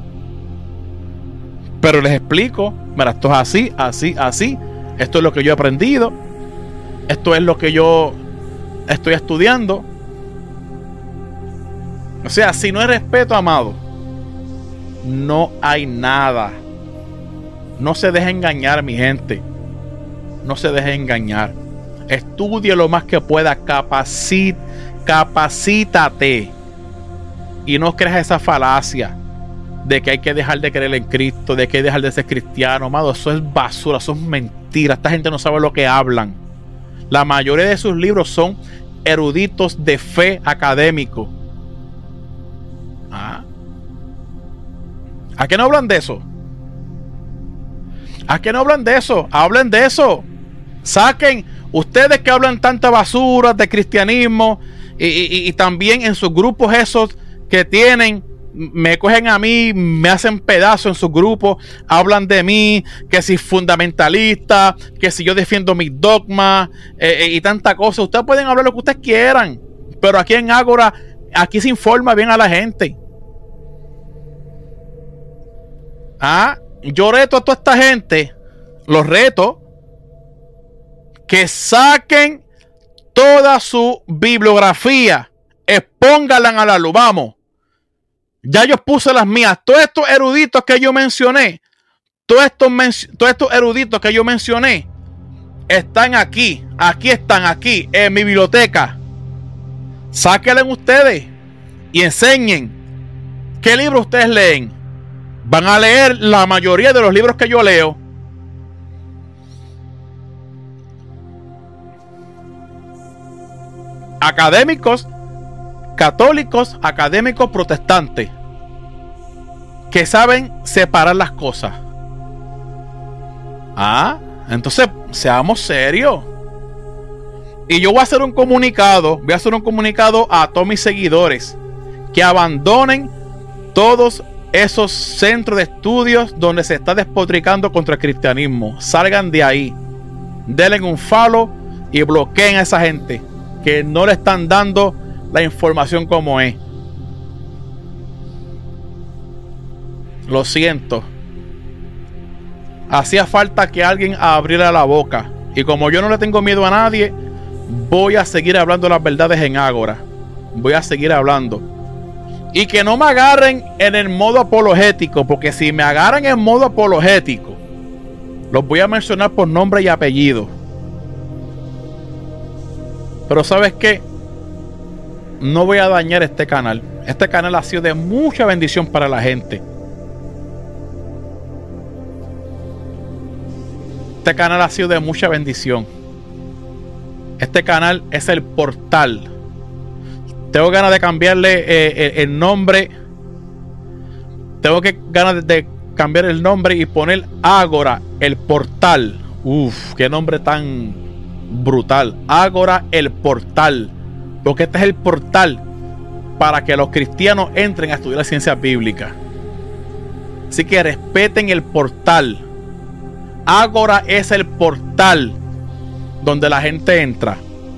Pero les explico, mira, esto es así, así, así. Esto es lo que yo he aprendido. Esto es lo que yo estoy estudiando. O sea, si no hay respeto, amado, no hay nada. No se deje engañar, mi gente. No se deje engañar. Estudie lo más que pueda. Capacit, capacítate. Y no creas esa falacia de que hay que dejar de creer en Cristo, de que hay que dejar de ser cristiano. Amado, eso es basura, eso es mentira. Esta gente no sabe lo que hablan. La mayoría de sus libros son eruditos de fe académico. ¿Ah? ¿A qué no hablan de eso? ¿A qué no hablan de eso? Hablen de eso. Saquen, ustedes que hablan tanta basura de cristianismo y, y, y también en sus grupos esos que tienen, me cogen a mí, me hacen pedazos en sus grupos, hablan de mí, que si fundamentalista, que si yo defiendo mis dogmas eh, eh, y tanta cosa. Ustedes pueden hablar lo que ustedes quieran, pero aquí en Ágora, aquí se informa bien a la gente. Ah, yo reto a toda esta gente, los reto que saquen toda su bibliografía, expónganla a la luz. Vamos, ya yo puse las mías. Todos estos eruditos que yo mencioné, todos estos, todos estos eruditos que yo mencioné, están aquí, aquí están, aquí en mi biblioteca. Sáquenla ustedes y enseñen qué libros ustedes leen. Van a leer la mayoría de los libros que yo leo. Académicos católicos, académicos protestantes, que saben separar las cosas. Ah, entonces seamos serios. Y yo voy a hacer un comunicado, voy a hacer un comunicado a todos mis seguidores que abandonen todos esos centros de estudios donde se está despotricando contra el cristianismo. Salgan de ahí, denle un follow y bloqueen a esa gente que no le están dando la información como es. Lo siento. Hacía falta que alguien abriera la boca. Y como yo no le tengo miedo a nadie, voy a seguir hablando las verdades en Ágora. Voy a seguir hablando. Y que no me agarren en el modo apologético, porque si me agarran en modo apologético, los voy a mencionar por nombre y apellido. Pero ¿sabes qué? No voy a dañar este canal. Este canal ha sido de mucha bendición para la gente. Este canal ha sido de mucha bendición. Este canal es el portal. Tengo ganas de cambiarle eh, el nombre. Tengo que ganas de cambiar el nombre y poner Ágora, el portal. Uf, qué nombre tan brutal. Ágora, el portal. Porque este es el portal para que los cristianos entren a estudiar ciencias bíblicas. Así que respeten el portal. Ágora es el portal donde la gente entra.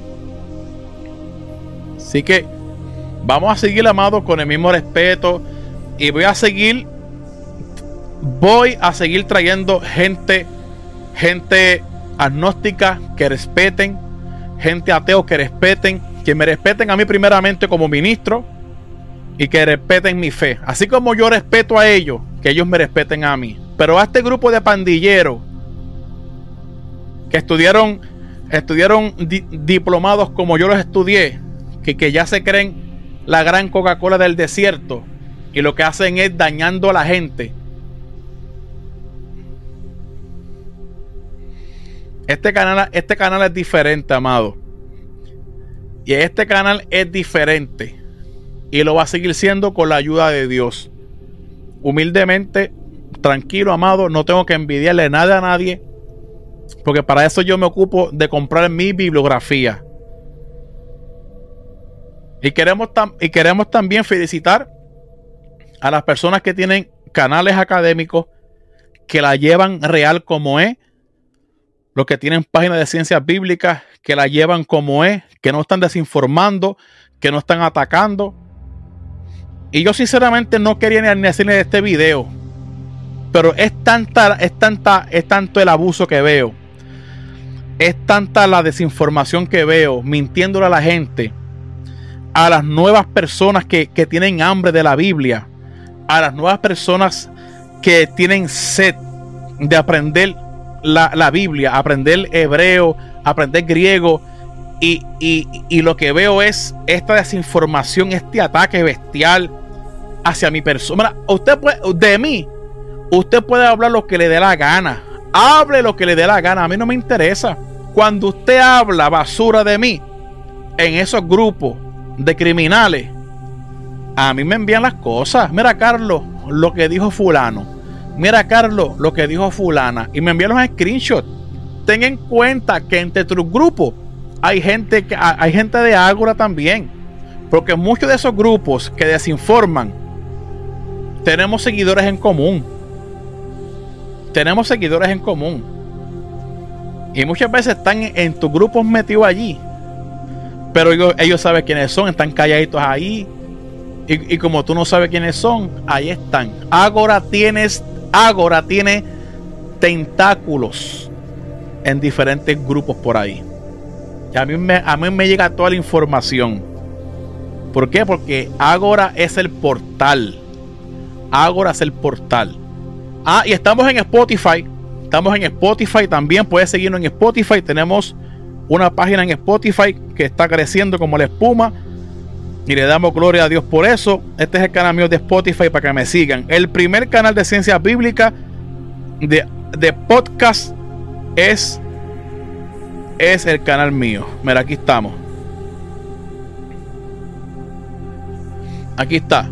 Así que vamos a seguir, amados, con el mismo respeto. Y voy a seguir Voy a seguir trayendo gente Gente agnóstica que respeten, gente ateo que respeten, que me respeten a mí primeramente como ministro y que respeten mi fe, así como yo respeto a ellos, que ellos me respeten a mí. Pero a este grupo de pandilleros que estudiaron estudiaron di diplomados como yo los estudié, que, que ya se creen la gran Coca-Cola del desierto y lo que hacen es dañando a la gente. Este canal, este canal es diferente, amado. Y este canal es diferente. Y lo va a seguir siendo con la ayuda de Dios. Humildemente, tranquilo, amado. No tengo que envidiarle nada a nadie. Porque para eso yo me ocupo de comprar mi bibliografía. Y queremos, tam y queremos también felicitar a las personas que tienen canales académicos que la llevan real como es. Los que tienen páginas de ciencias bíblicas que la llevan como es. Que no están desinformando. Que no están atacando. Y yo sinceramente no quería ni hacerle este video. Pero es tanta, es tanta, es tanto el abuso que veo. Es tanta la desinformación que veo. Mintiéndole a la gente. A las nuevas personas que, que tienen hambre de la Biblia. A las nuevas personas que tienen sed de aprender la, la Biblia. Aprender hebreo. Aprender griego. Y, y, y lo que veo es esta desinformación. Este ataque bestial hacia mi persona. Usted puede, de mí, usted puede hablar lo que le dé la gana. Hable lo que le dé la gana. A mí no me interesa. Cuando usted habla basura de mí en esos grupos de criminales, a mí me envían las cosas. Mira, Carlos, lo que dijo fulano. Mira, Carlos, lo que dijo fulana. Y me envían los screenshots. Ten en cuenta que entre tus grupos hay gente, que, hay gente de Ágora también. Porque muchos de esos grupos que desinforman, tenemos seguidores en común. Tenemos seguidores en común. Y muchas veces están en, en tus grupos metidos allí. Pero ellos, ellos saben quiénes son. Están calladitos ahí. Y, y como tú no sabes quiénes son, ahí están. Ágora tienes, Ágora tiene tentáculos en diferentes grupos por ahí. Y a mí me, a mí me llega toda la información. ¿Por qué? Porque Ágora es el portal. Ágora es el portal. Ah, y estamos en Spotify. Estamos en Spotify también. Puedes seguirnos en Spotify. Tenemos una página en Spotify que está creciendo como la espuma. Y le damos gloria a Dios por eso. Este es el canal mío de Spotify para que me sigan. El primer canal de ciencias bíblicas de, de podcast es, es el canal mío. Mira, aquí estamos. Aquí está.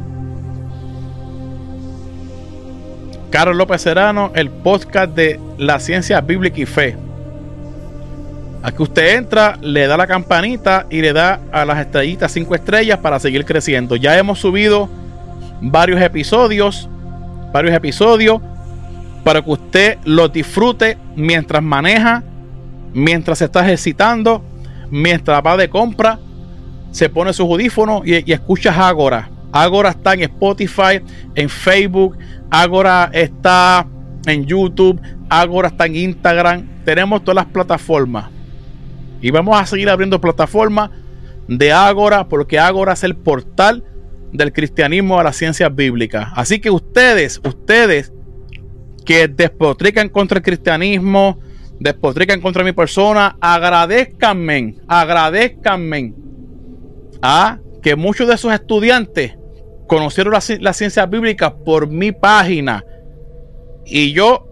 Carlos López Serrano, el podcast de la ciencia bíblica y fe. Aquí usted entra, le da la campanita y le da a las estrellitas cinco estrellas para seguir creciendo. Ya hemos subido varios episodios, varios episodios para que usted los disfrute mientras maneja, mientras se está ejercitando, mientras va de compra, se pone sus audífonos y, y escucha Ágora. Ágora está en Spotify, en Facebook, Ágora está en YouTube, Ágora está en Instagram. Tenemos todas las plataformas. Y vamos a seguir abriendo plataformas de Ágora, porque Ágora es el portal del cristianismo a las ciencias bíblicas. Así que ustedes, ustedes que despotrican contra el cristianismo, despotrican contra mi persona, agradezcanme, agradezcanme a que muchos de esos estudiantes conocieron las, las ciencias bíblicas por mi página. Y yo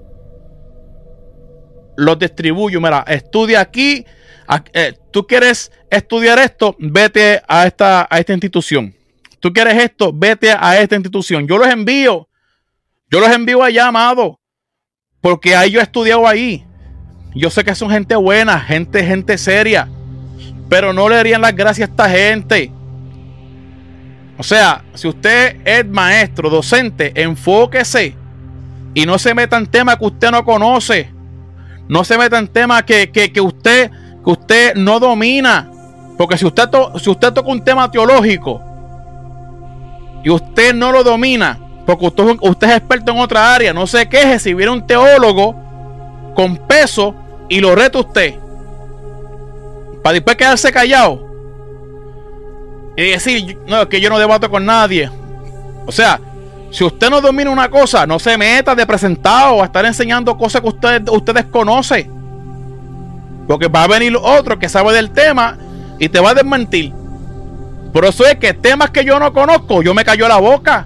los distribuyo. Mira, estudia aquí. Eh, tú quieres estudiar esto, vete a esta, a esta institución. Tú quieres esto, vete a esta institución. Yo los envío. Yo los envío allá, amado. Porque ahí yo he estudiado ahí. Yo sé que son gente buena, gente, gente seria. Pero no le darían las gracias a esta gente. O sea, si usted es maestro, docente, enfóquese. Y no se meta en temas que usted no conoce. No se meta en temas que, que, que usted... que usted no domina. Porque si usted, to si usted toca un tema teológico y usted no lo domina, porque usted, usted es experto en otra área, no se queje si viene un teólogo con peso y lo reta usted, para después quedarse callado y decir, no, que yo no debato con nadie. O sea, si usted no domina una cosa, no se meta de presentado a estar enseñando cosas que usted, usted desconoce. Porque va a venir otro que sabe del tema y te va a desmentir. Por eso es que temas que yo no conozco, yo me callo la boca.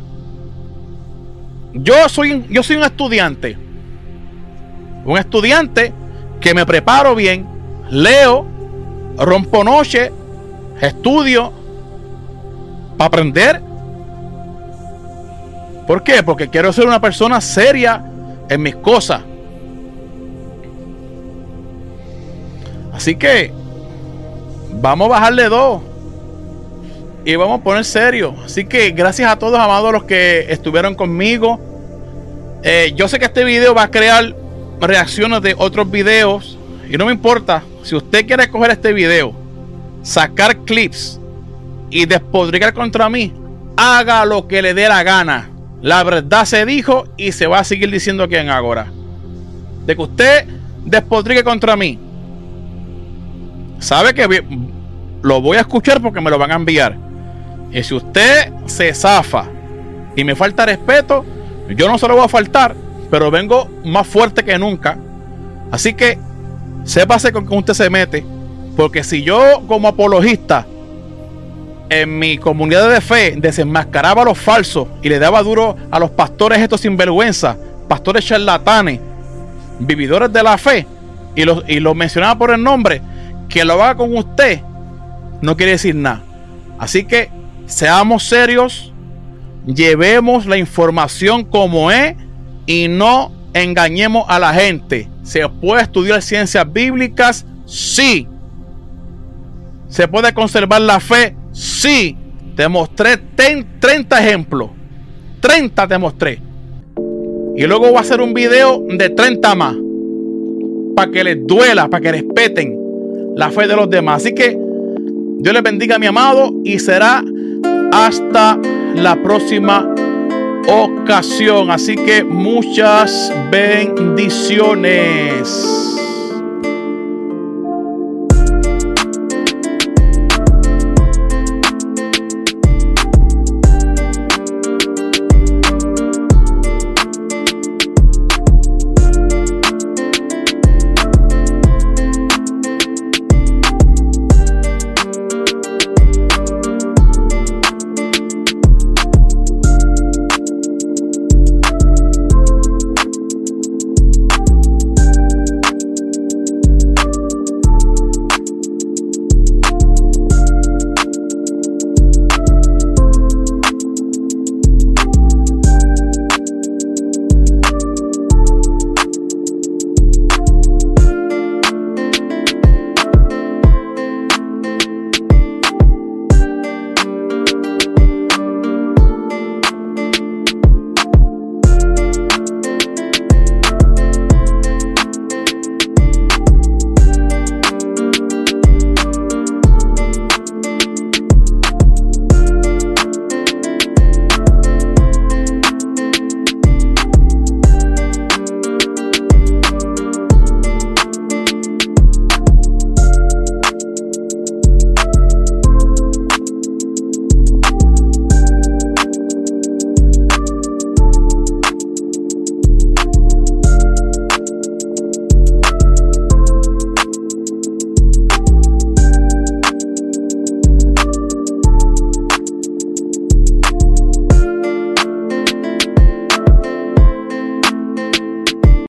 Yo soy, yo soy un estudiante. Un estudiante que me preparo bien, leo, rompo noche, estudio para aprender. ¿Por qué? Porque quiero ser una persona seria en mis cosas. Así que vamos a bajarle dos y vamos a poner serio. Así que gracias a todos, amados, los que estuvieron conmigo. Eh, yo sé que este video va a crear reacciones de otros videos y no me importa. Si usted quiere coger este video, sacar clips y despodricar contra mí, haga lo que le dé la gana. La verdad se dijo y se va a seguir diciendo aquí en Agora. De que usted despodrique contra mí, sabe que lo voy a escuchar porque me lo van a enviar. Y si usted se zafa y me falta respeto, yo no se lo voy a faltar, pero vengo más fuerte que nunca. Así que sépase con que usted se mete, porque si yo como apologista en mi comunidad de fe desenmascaraba a los falsos y le daba duro a los pastores estos sinvergüenza, pastores charlatanes, vividores de la fe, y los, y los mencionaba por el nombre, que lo haga con usted no quiere decir nada. Así que seamos serios, llevemos la información como es y no engañemos a la gente. ¿Se puede estudiar ciencias bíblicas? Sí. ¿Se puede conservar la fe? Sí. Te mostré treinta ejemplos. treinta te mostré. Y luego voy a hacer un video de treinta más, para que les duela, para que respeten la fe de los demás. Así que Dios les bendiga, mi amado, y será hasta la próxima ocasión. Así que muchas bendiciones.